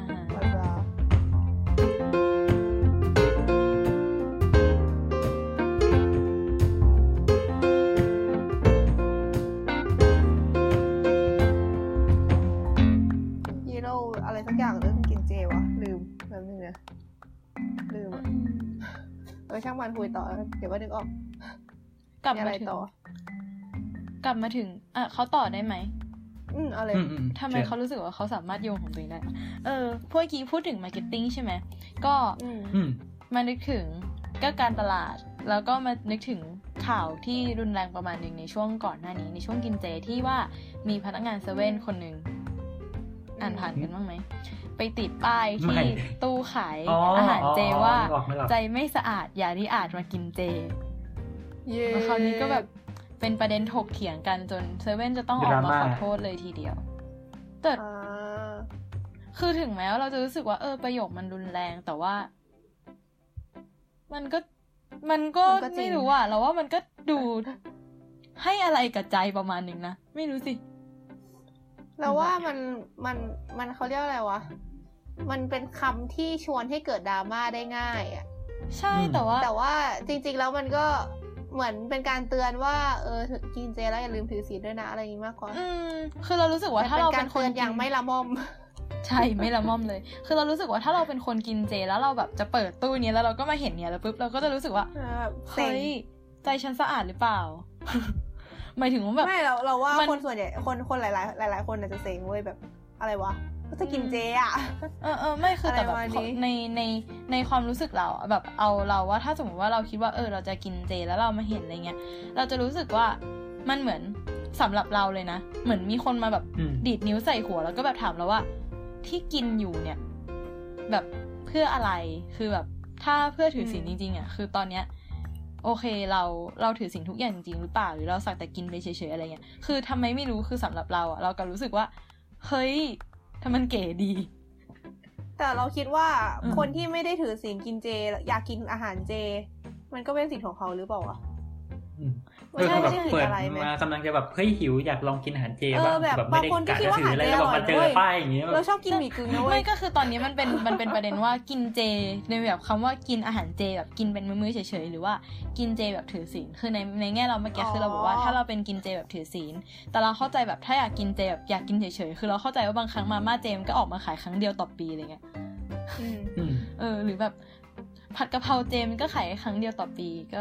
อะไรสักอย่างเรื่องกินเจวะลืมแบบนึงนะลืมช่างมันคุยต่อเดี๋ยวก็นึกออกกลับมาถึงเขาต่อได้ไหมอะไรทำไมเขารู้สึกว่าเขาสามารถโยงของตัวเองได้พวกกี้พูดถึงมาร์เก็ตติ้งใช่ไหมก็มานึกถึงก็การตลาดแล้วก็มานึกถึงข่าวที่รุนแรงประมาณนึงในช่วงก่อนหน้านี้ในช่วงกินเจที่ว่ามีพนักงานเซเว่นคนนึงอ่านผ่านกันบ้างไหมไปติดป้ายที่ตู้ขายอาหารเจว่าใจไม่สะอาดอย่าที่อาจมากินเจแล้วคราวนี้ก็แบบเป็นประเด็นถกเถียงกันจนเซเว่นจะต้องออกมาขอโทษเลยทีเดียวแต่คือถึงแม้ว่าเราจะรู้สึกว่าประโยคมันรุนแรงแต่ว่ามันก็ไม่รู้อ่ะเราว่ามันก็ดูให้อะไรกับใจประมาณนึงนะไม่รู้สิเราว่ามันเขาเรียกอะไรวะมันเป็นคำที่ชวนให้เกิดดราม่าได้ง่ายอ่ะใช่แต่ว่าจริงๆแล้วมันก็เหมือนเป็นการเตือนว่ากินเจแล้วอย่าลืมถือศีลด้วยนะอะไรอย่างนี้มากกว่าคือเรารู้สึกว่าถ้าเราเป็นคนอย่างไม่ละม่อมใช่ไม่ละม่อมเลยคือเรารู้สึกว่าถ้าเราเป็นคนกินเจแล้วเราแบบจะเปิดตู้นี้แล้วเราก็มาเห็นเนี่ยแล้วปุ๊บเราก็จะรู้สึกว่าเฮ้ยใจฉันสะอาดหรือเปล่าหมายถึงว่าแบบไม่เราว่าคนส่วนใหญ่คนหลายคนอาจจะเซ็งเว้ยแบบอะไรวะก็จะกินเจอ่ะไม่คือแต่แบบในความรู้สึกเราแบบเราว่าถ้าสมมติว่าเราคิดว่าเราจะกินเจแล้วเรามาเห็นอะไรเงี้ยเราจะรู้สึกว่ามันเหมือนสำหรับเราเลยนะเหมือนมีคนมาแบบดีดนิ้วใส่หัวแล้วก็แบบถามเราว่าที่กินอยู่เนี่ยแบบเพื่ออะไรคือแบบถ้าเพื่อถือศีลจริงๆอ่ะคือตอนเนี้ยโอเคเราถือศีลทุกอย่างจริงหรือเปล่าหรือเราสักแต่กินไปเฉยๆอะไรเงี้ยคือทำไมไม่รู้คือสำหรับเราอ่ะเราก็รู้สึกว่าเฮ้ยถ้ามันเก๋ดีแต่เราคิดว่าคนที่ไม่ได้ถือศีลกินเจอยากกินอาหารเจมันก็เป็นสิทธิ์ของเขาหรือเปล่าวะไม่ใช่เปิดมากำลังจะแบบเฮ้ยหิวอยากลองกินอาหารเจบ้างแบบไม่ได้กะจะถืออะไรแล้วมาเจอป้ายอย่างเงี้ยเราชอบกินหมี่กึ่งนะเว้ยไม่ก็คือตอนนี้มันเป็นประเด็นว่ากินเจในแบบคำว่ากินอาหารเจแบบกินเป็นมื้อๆเฉยๆหรือว่ากินเจแบบถือศีลคือในแง่เราเมื่อกี้คือเราบอกว่าถ้าเราเป็นกินเจแบบถือศีลแต่เราเข้าใจแบบถ้าอยากกินเจแบบอยากกินเฉยๆคือเราเข้าใจว่าบางครั้งมาม่าเจมก็ออกมาขายครั้งเดียวต่อปีอะไรเงี้ยหรือแบบผัดกะเพราเจมก็ขายครั้งเดียวต่อปีก็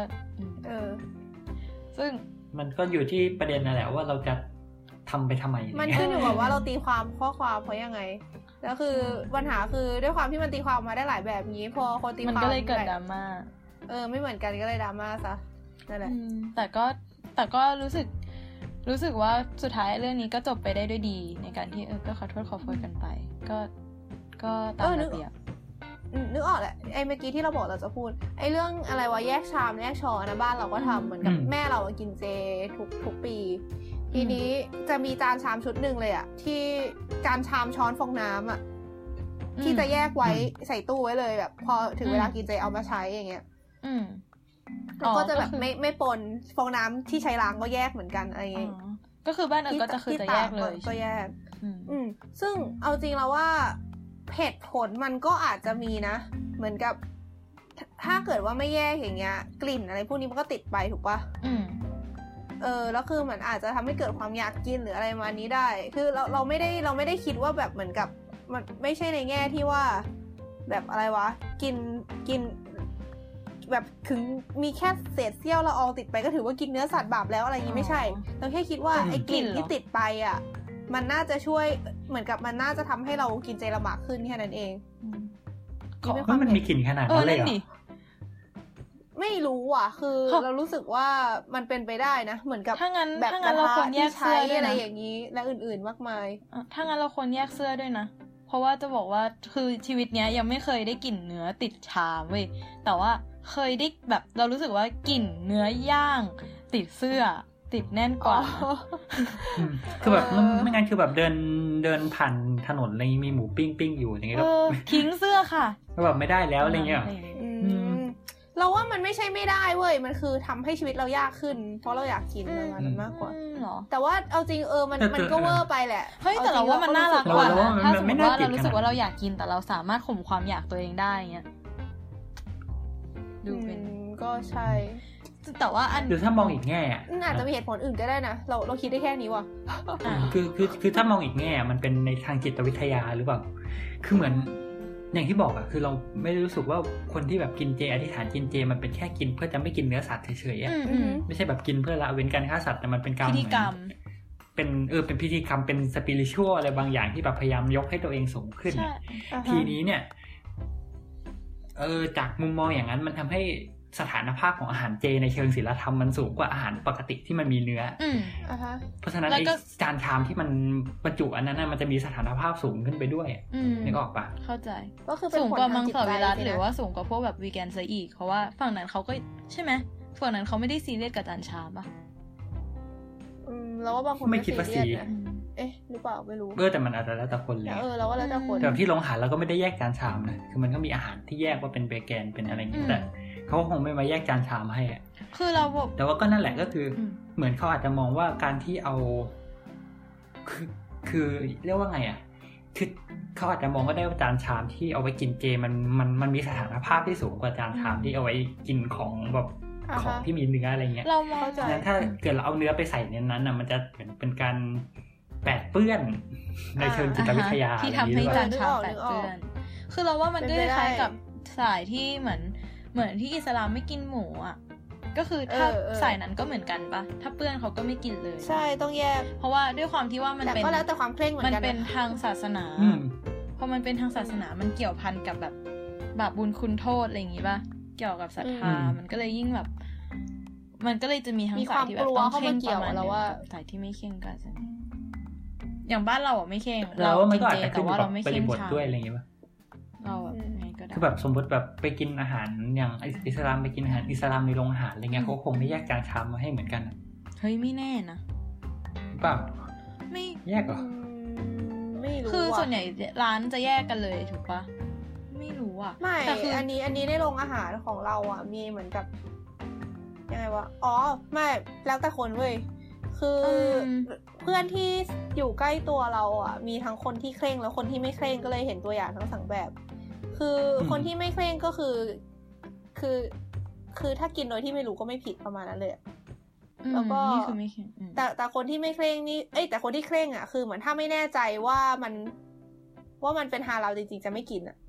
ซึ่งมันก็อยู่ที่ประเด็นนั่นแหละว่าเราจะทำไปทำไมมันขึ้นอยู่กับว่าเราตีความข้อความเพราะยังไงแล้วคือปัญหาคือด้วยความที่มันตีความมาได้หลายแบบนี้พอคนตีความมันก็เลยเกิดดราม่าไม่เหมือนกันก็เลยดราม่าซะนั่นแหละแต่ก็รู้สึกว่าสุดท้ายเรื่องนี้ก็จบไปได้ด้วยดีในการที่ก็ขอโทษขอโพยกันไปก็ตามระเบียบนึกออกแหละไอ้เมื่อกี้ที่เราบอกเราจะพูดไอ้เรื่องอะไรวะแยกชามแยกช้อนนะบ้านเราก็ทำเหมือนกับแม่เรากินเจทุกปีทีนี้จะมีจานชามชุดหนึ่งเลยอะที่จานชามช้อนฟองน้ำอะที่จะแยกไว้ใส่ตู้ไว้เลยแบบพอถึงเวลากินเจเอามาใช้อย่างเงี้ยแล้วก็จะแบบไม่ปนฟองน้ำที่ใช้ล้างก็แยกเหมือนกันอะไรเงี้ยก็คือบ้านก็จะคือจะแยกเลยก็แยกซึ่งเอาจริงแล้วว่าเหตุผลมันก็อาจจะมีนะเหมือนกับถ้าเกิดว่าไม่แยกอย่างเงี้ยกลิ่นอะไรพวกนี้มันก็ติดไปถูกป่ะแล้วคือมันอาจจะทำให้เกิดความอยากกินหรืออะไรมานี้ได้คือเราไม่ได้คิดว่าแบบเหมือนกับมันไม่ใช่ในแง่ที่ว่าแบบอะไรวะกินแบบถึงมีแค่เศษเสี้ยวละอองติดไปก็ถือว่ากินเนื้อสัตว์บาปแล้วอะไรอย่างงี้ไม่ใช่เราแค่คิดว่าไอ้กลิ่นที่ติดไปอ่ะมันน่าจะช่วยเหมือนกับมันน่าจะทำให้เรากินเจลำบากขึ้นแค่นั้นเองก็มันมีกลิ่นขนาดนั้นเลยเหรอไม่รู้อ่ะคือเรารู้สึกว่ามันเป็นไปได้นะเหมือนกับแบบกระทะที่ใช้อะไรอย่างนี้และอื่นๆมากมายถ้างั้นเราควรแยกเสื้อด้วยนะเพราะว่าจะบอกว่าคือชีวิตเนี้ยยังไม่เคยได้กลิ่นเนื้อติดชามเว้ยแต่ว่าเคยได้แบบเรารู้สึกว่ากลิ่นเนื้อย่างติดเสื้อติดแน่นกว่าคือแบบไม่งั้นคือแบบเดินผ่านถนนอะไรมีหมูปิ้งอยู่อย่างเงี้ยก็ทิ้งเสื้อค่ะก็แบบไม่ได้แล้วอะไรเงี้ยเราว่ามันไม่ใช่ไม่ได้เว้ยมันคือทำให้ชีวิตเรายากขึ้นเพราะเราอยากกินประมาณนั้นมากกว่าแต่ว่าเอาจริงมันก็เวอร์ไปแหละเฮ้ยแต่เราว่ามันน่ารักกว่านะถ้าสมมติว่าเรารู้สึกว่าเราอยากกินแต่เราสามารถข่มความอยากตัวเองได้เงี้ยดูเป็นก็ใช่แต่ว่าอันหรือถ้ามองอีกแง่อาจจะมีเหตุผลอื่นก็ได้นะเราคิดได้แค่นี้ว่ะคือถ้ามองอีกแง่มันเป็นในทางจิตวิทยาหรือเปล่าคือเหมือนอย่างที่บอกอะคือเราไม่ได้รู้สึกว่าคนที่แบบกินเจอธิษฐานกินเจมันเป็นแค่กินเพื่อจะไม่กินเนื้อสัตว์เฉยๆไม่ใช่แบบกินเพื่อละเว้นการฆ่าสัตว์แต่มันเป็นการพิธีกรรมเป็นพิธีกรรมเป็นสปิริชวลอะไรบางอย่างที่แบบพยายามยกให้ตัวเองสูงขึ้นทีนี้เนี่ยจากมุมมองอย่างนั้นมันทำให้สถานภาพของอาหารเจในเชิงศีลธรรมมันสูงกว่าอาหารปกติที่มันมีเนื้อเพราะฉะนั้นไอ้จานชามที่มันบรรจุอันนั้นมันจะมีสถานภาพสูงขึ้นไปด้วยนึกออกปะเข้าใจก็คือสูงกว่ามังสวิรัติหรือว่าสูงกว่าพวกแบบวีแกนซะอีกเพราะว่าฝั่งนั้นเขาก็ใช่ไหมฝั่งนั้นเขาไม่ได้ซีเรียสกับจานชามปะแล้วว่าบางคนไม่คิดว่าซีหรือเปล่าไม่รู้แต่มันอาจจะแล้วแต่คนเลยเราว่าแล้วแต่คนแต่ที่โรงอาหารเราก็ไม่ได้แยกจานชามนะคือมันก็มีอาหารที่แยกว่าเป็นเบแกนเป็นอะไรอย่างเงี้ยแต่เขาคงไม่มาแยกจานชามให้คือเราแต่ว่าก็นั่นแหละก็คือเหมือนเขาอาจจะมองว่าการที่เอาคือเรียกว่าไงคือเขาอาจจะมองก็ได้ว่าจานชามที่เอาไว้กินเจมันมีสถานภาพที่สูงกว่าจานชามที่เอาไว้กินของแบบของที่มีเนื้ออะไรเงี้ยเราเข้าใจถ้าเกิดเราเอาเนื้อไปใส่ในนั้นมันจะเป็นการแปดเปื้อนในเชิงจิตวิทยาที่ทำให้จานชามแปดเปื้อนคือเราว่ามันก็คล้ายกับสายที่เหมือนที่อิสลามไม่กินหมูอ่ะก็คือถ้าสายนั้นก็เหมือนกันปะถ้าเปื้อนเขาก็ไม่กินเลยใช่ต้องแยกเพราะว่าด้วยความที่ว่ามันเป็นก็แล้วแต่ความเคร่งเหมือนกันมันเป็นทางศาสนาพอมันเป็นทางศาสนามันเกี่ยวพันกับแบบบาปบุญคุณโทษอะไรอย่างงี้ปะเกี่ยวกับศรัทธามันก็เลยยิ่งแบบมันก็เลยจะมีทั้งสายที่แบบต้องเคร่งประมาณนึงกับสายที่ไม่เคร่งกันอย่างบ้านเราไม่เคร่งเรากินเจแต่ว่าเราไม่เคร่งชาด้วยอะไรอย่างงี้ปะเราไงก็ได้คือแบบสมมติแบบไปกินอาหารอย่างอิสลามไปกินอาหารอิสลามในโรงอาหารอะไรเงี้ยเขาคงไม่แยกจานชามมาให้เหมือนกันเฮ้ยไม่แน่นะเปล่าไม่แยกหรอไม่รู้คือส่วนใหญ่ร้านจะแยกกันเลยถูกปะไม่รู้อ่ะไม่แต่คืออันนี้ในโรงอาหารของเราอ่ะมีเหมือนกับยังไงวะไม่แล้วแต่คนเว้ยคือเพื่อนที่อยู่ใกล้ตัวเราอ่ะมีทั้งคนที่เคร่งแล้วคนที่ไม่เคร่งก็เลยเห็นตัวอย่างทั้งสองแบบคือคนที่ไม่เคร่งก็คือถ้ากินโดยที่ไม่รู้ก็ไม่ผิดประมาณนั้นเลยแล้วก็นี่คือไม่เคร่งแต่คนที่ไม่เคร่งนี่แต่คนที่เคร่งอ่ะคือเหมือนถ้าไม่แน่ใจว่ามันเป็นฮาลาลจริงๆจะไม่กินอ่ะ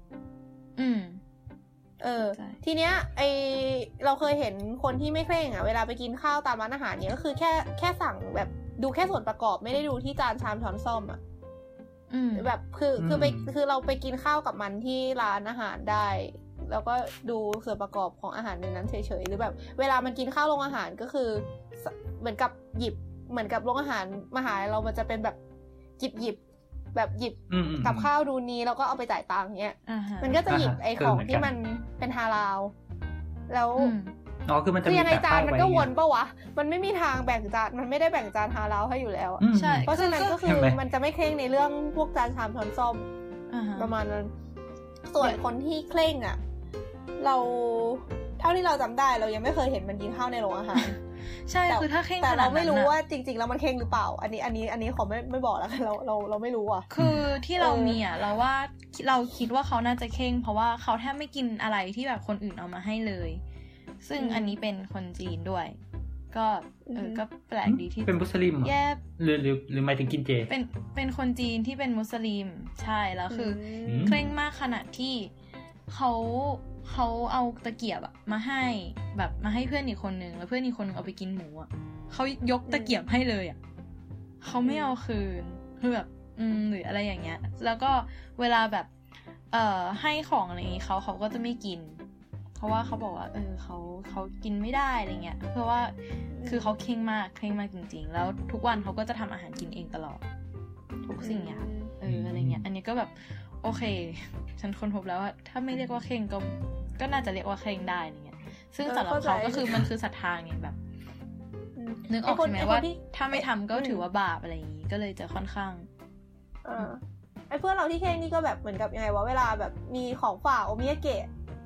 ทีเนี้ยเราเคยเห็นคนที่ไม่เคร่งอ่ะเวลาไปกินข้าวตามร้านอาหารเนี้ยก็คือแค่สั่งแบบดูแค่ส่วนประกอบไม่ได้ดูที่จานชามช้อนส้อมอ่ะแบบคือเราไปกินข้าวกับมันที่ร้านอาหารได้แล้วก็ดูส่วนประกอบของอาหารในนั้นเฉยๆหรือแบบเวลามันกินข้าวโรงอาหารก็คือเหมือนกับหยิบเหมือนกับโรงอาหารมหาเรามันจะเป็นแบบหยิบแบบหยิบกับข้าวดูนี้แล้วก็เอาไปจ่ายตังค์เงี้ยมันก็จะหยิบไอ้ของที่มันเป็นฮาลาลแล้วคือมันจะมียังไงจานมันก็วนปะวะมันไม่มีทางแบ่งจานมันไม่ได้แบ่งจานฮาลาลให้อยู่แล้วใช่เพราะฉะนั้นก็คือมันจะไม่เคร่งในเรื่องพวกจานชามช้อนส้อมประมาณนั้นส่วนคนที่เคร่งอ่ะเราเท่าที่เราจำได้เรายังไม่เคยเห็นมันกินข้าวในโรงอาหารใช่คือถ้าเคร่งแต่เราไม่รู้ว่าจริงๆแล้วมันเคร่งหรือเปล่าอันนี้ขอไม่บอกแล้วกันเราไม่รู้อ่ะคือที่เรามีอ่ะเราว่าเราคิดว่าเขาน่าจะเคร่งเพราะว่าเขาแทบไม่กินอะไรที่แบบคนอื่นเอามาให้เลยซึ่งอันนี้เป็นคนจีนด้วยก็ก็แปลกดีที่เป็นมุสลิมแยกหรือหมายถึงกินเจเป็นคนจีนที่เป็นมุสลิมใช่แล้วคือเคร่งมากขนาดที่เขาเอาตะเกียบอะมาให้แบบมาให้เพื่อนอีกคนนึงแล้วเพื่อนอีกคนนึงเอาไปกินหมูอะเขายกตะเกียบให้เลยอะเขาไม่เอาคืนคือแบบหรืออะไรอย่างเงี้ยแล้วก็เวลาแบบให้ของอะไรอย่างงี้เขาก็จะไม่กินเพราะว่าเขาบอกว่าเขากินไม่ได้อะไรเงี้ยเพราะว่าคือเขาเคร่งมากจริงๆแล้วทุกวันเขาก็จะทำอาหารกินเองตลอดทุกสิ่งอย่างอะไรเงี้ยอันนี้ก็แบบโอเคฉันค้นพบแล้วว่าถ้าไม่เรียกว่าเคร่งก็น่าจะเรียกว่าเคร่งได้อะไรเงี้ยซึ่งสำหรับเขาก็คือมันคือศรัทธาไงแบบนึกออกใช่ไหมว่าถ้าไม่ทำก็ถือว่าบาปอะไรอย่างงี้ก็เลยจะค่อนข้างไอ้เพื่อนเราที่เคร่งนี่ก็แบบเหมือนกับยังไงวะเวลาแบบมีของฝากโอมิยาเกะ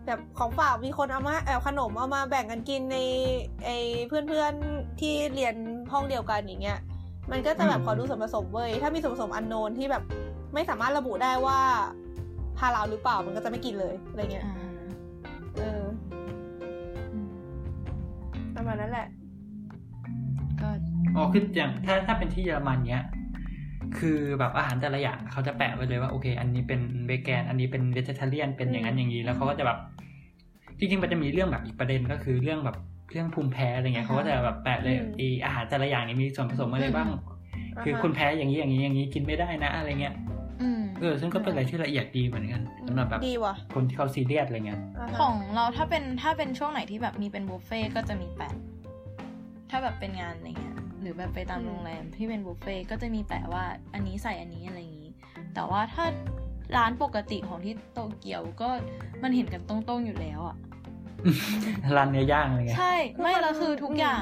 แบบของฝากมีคนเอามาขนมเอามาแบ่งกันกินในเพื่อนๆที่เรียนห้องเดียวกันอย่างเงี้ยมันก็จะแบบขอดูส่วนผสมเว้ยถ้ามีส่วนผสมอันโนนที่แบบไม่สามารถระบุได้ว่าฮาลาลหรือเปล่ามันก็จะไม่กินเลยอะไรเงี้ยประมาณนั้นแหละก็คืออย่างถ้าเป็นที่เยอรมันเนี้ยคือแบบอาหารแต่ละอย่างเขาจะแปะไว้เลยว่าโอเคอันนี้เป็นเวแกนอันนี้เป็นเวเจเทเรียนเป็นอย่างนั้นอย่างนี้แล้วเขาก็จะแบบจริงๆมันจะมีเรื่องแบบอีกประเด็นก็คือเรื่องแบบเรื่องภูมิแพ้อะไรเงี้ยเขาก็จะแบบแปะเลยอาหารแต่ละอย่างนี้มีส่วนผสมอะไรบ้างคือคุณแพ้อย่างนี้อย่างนี้อย่างนี้กินไม่ได้นะอะไรเงี้ยซึ่งก็เป็นอะไรที่ละเอียดดีเหมือนกันสำหรับแบบคนที่เขาซีเรียสอะไรเงี้ยของเราถ้าเป็นช่วงไหนที่แบบมีเป็นบุฟเฟ่ก็จะมีแปะถ้าแบบเป็นงานอะไรเงี้ยหรือแบบไปตามโรงแรมที่เป็นบุฟเฟ่ก็จะมีแปะว่าอันนี้ใส่อันนี้อะไรอย่างนี้แต่ว่าถ้าร้านปกติของที่โตเกียวก็มันเห็นกันตรงๆอยู่แล้วอ่ะร้านเนื้อย่างอะไรเงี้ยใช่ไม่ละคือทุกอย่าง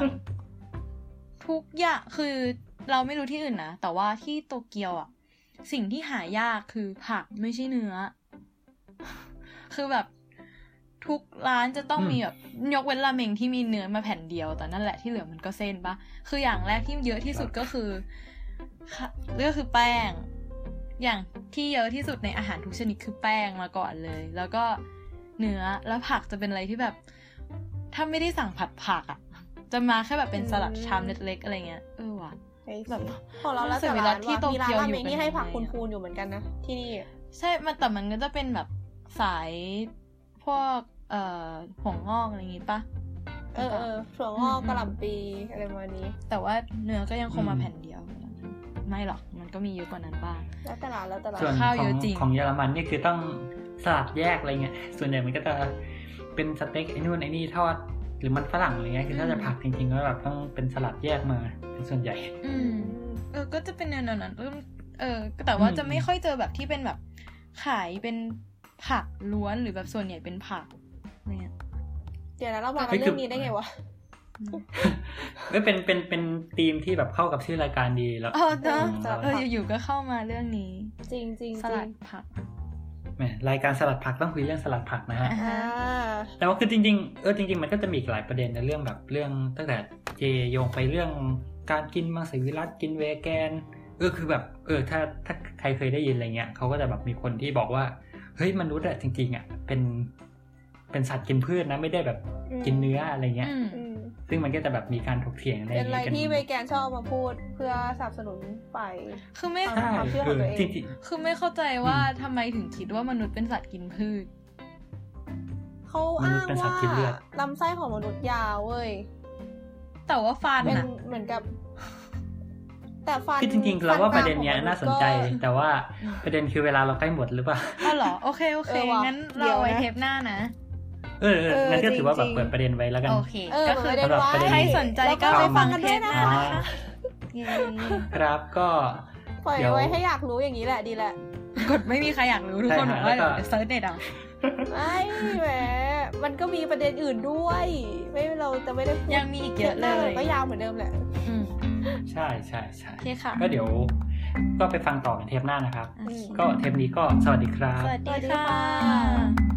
คือเราไม่รู้ที่อื่นนะแต่ว่าที่โตเกียวอ่ะสิ่งที่หายากคือผักไม่ใช่เนื้อคือแบบทุกร้านจะต้องมีแบบยกเว้นราเมงที่มีเนื้อมาแผ่นเดียวแต่นั่นแหละที่เหลือมันก็เส้นปะคืออย่างแรกที่เยอะที่สุดก็คือแป้งอย่างที่เยอะที่สุดในอาหารทุกชนิดคือแป้งมาก่อนเลยแล้วก็เนื้อแล้วผักจะเป็นอะไรที่แบบถ้าไม่ได้สั่งผัดผักอ่ะจะมาแค่แบบเป็นสลัดชามเล็กๆอะไรเงี้ยว่ะแบบของเราแล้วแต่ร้านที่โตเกียวอยู่นี่ให้ผักคูณๆอยู่เหมือนกันนะที่นี่ใช่แต่มันก็จะเป็นแบบสายพวกถั่วงอกอะไรอย่างงี้ปะถั่วงอกกะหล่ำปีอะไรประมาณนี้แต่ว่าเนื้อก็ยังคงมาแผ่นเดียวไม่หรอกมันก็มีเยอะกว่านั้นบ้างแล้วแต่ร้านส่วนข้าวเยอะจริงของเยอรมันนี่คือต้องสลัดแยกอะไรเงี้ยส่วนใหญ่มันก็จะเป็นสเต็กไอ้นู่นไอ้นี่ทอดหรือมันฝรั่งอะไรเงี้ยคือถ้าจะผักจริงๆก็แบบต้องเป็นสลัดแยกมาเป็นส่วนใหญ่ก็จะเป็นแนวนั้นแต่ว่าจะไม่ค่อยเจอแบบที่เป็นแบบขายเป็นผักล้วนหรือแบบส่วนใหญ่เป็นผักเนี่ยเดี๋ยวนะเรามาเรื่องนี้ได้ไงวะไม่เป็นธีมที่แบบเข้ากับชื่อรายการดีแล้วอยู่ๆก็เข้ามาเรื่องนี้จริงๆสลัดผักแหมรายการสลัดผักต้องคุยเรื่องสลัดผักนะฮะแต่ว่าคือจริงๆจริงๆมันก็จะมีหลายประเด็นในเรื่องแบบเรื่องตั้งแต่เจโยงไปเรื่องการกินมังสวิรัติกินเวแกนคือแบบถ้าใครเคยได้ยินอะไรเงี้ยเขาก็จะแบบมีคนที่บอกว่าเฮ้ยมนุษย์อะจริงๆอะเป็นสัตว์กินพืชนะไม่ได้แบบกินเนื้ออะไรเงี้ยซึ่งมันก็จะแบบมีการถกเถียงในเป็นอะไรที่เวแกนชอบมาพูดเพื่อสนับสนุนฝ่ายคือไม่ความเชื่อของตัวเองคือไม่เข้าใจว่าทำไมถึงคิดว่ามนุษย์เป็นสัตว์กินพืชเขาอ้างว่าลำไส้ของมนุษย์ยาวเว้ยแต่ว่าฟันน่ะเหมือนกับแต่ฟันคือจริงๆเราว่าประเด็นเนี้ยน่าสนใจแต่ว่าประเด็นคือเวลาเราใกล้หมดหรือเปล่าเหรอโอเคงั้นเราไว้เทปหน้านะงั้นก็ถือว่าแบบเปิดประเด็นไว้แล้วกันโอเคก็คือสำหรับประเด็นใครสนใจก็ไปฟังเทปหน้านะคะครับก็ปล่อยไว้ให้อยากรู้อย่างนี้แหละดีแหละกดไม่มีใครอยากรู้ทุกคนบอกว่าเซิร์ชเน็ตเอาไม่แหมมันก็มีประเด็นอื่นด้วยไม่เราจะไม่ได้ยังมีอีกเยอะเลยก็ยาวเหมือนเดิมแหละใช่ก็เดี๋ยวก็ไปฟังต่อในเทปหน้านะครับก็เทปนี้ก็สวัสดีครับสวัสดีค่ะ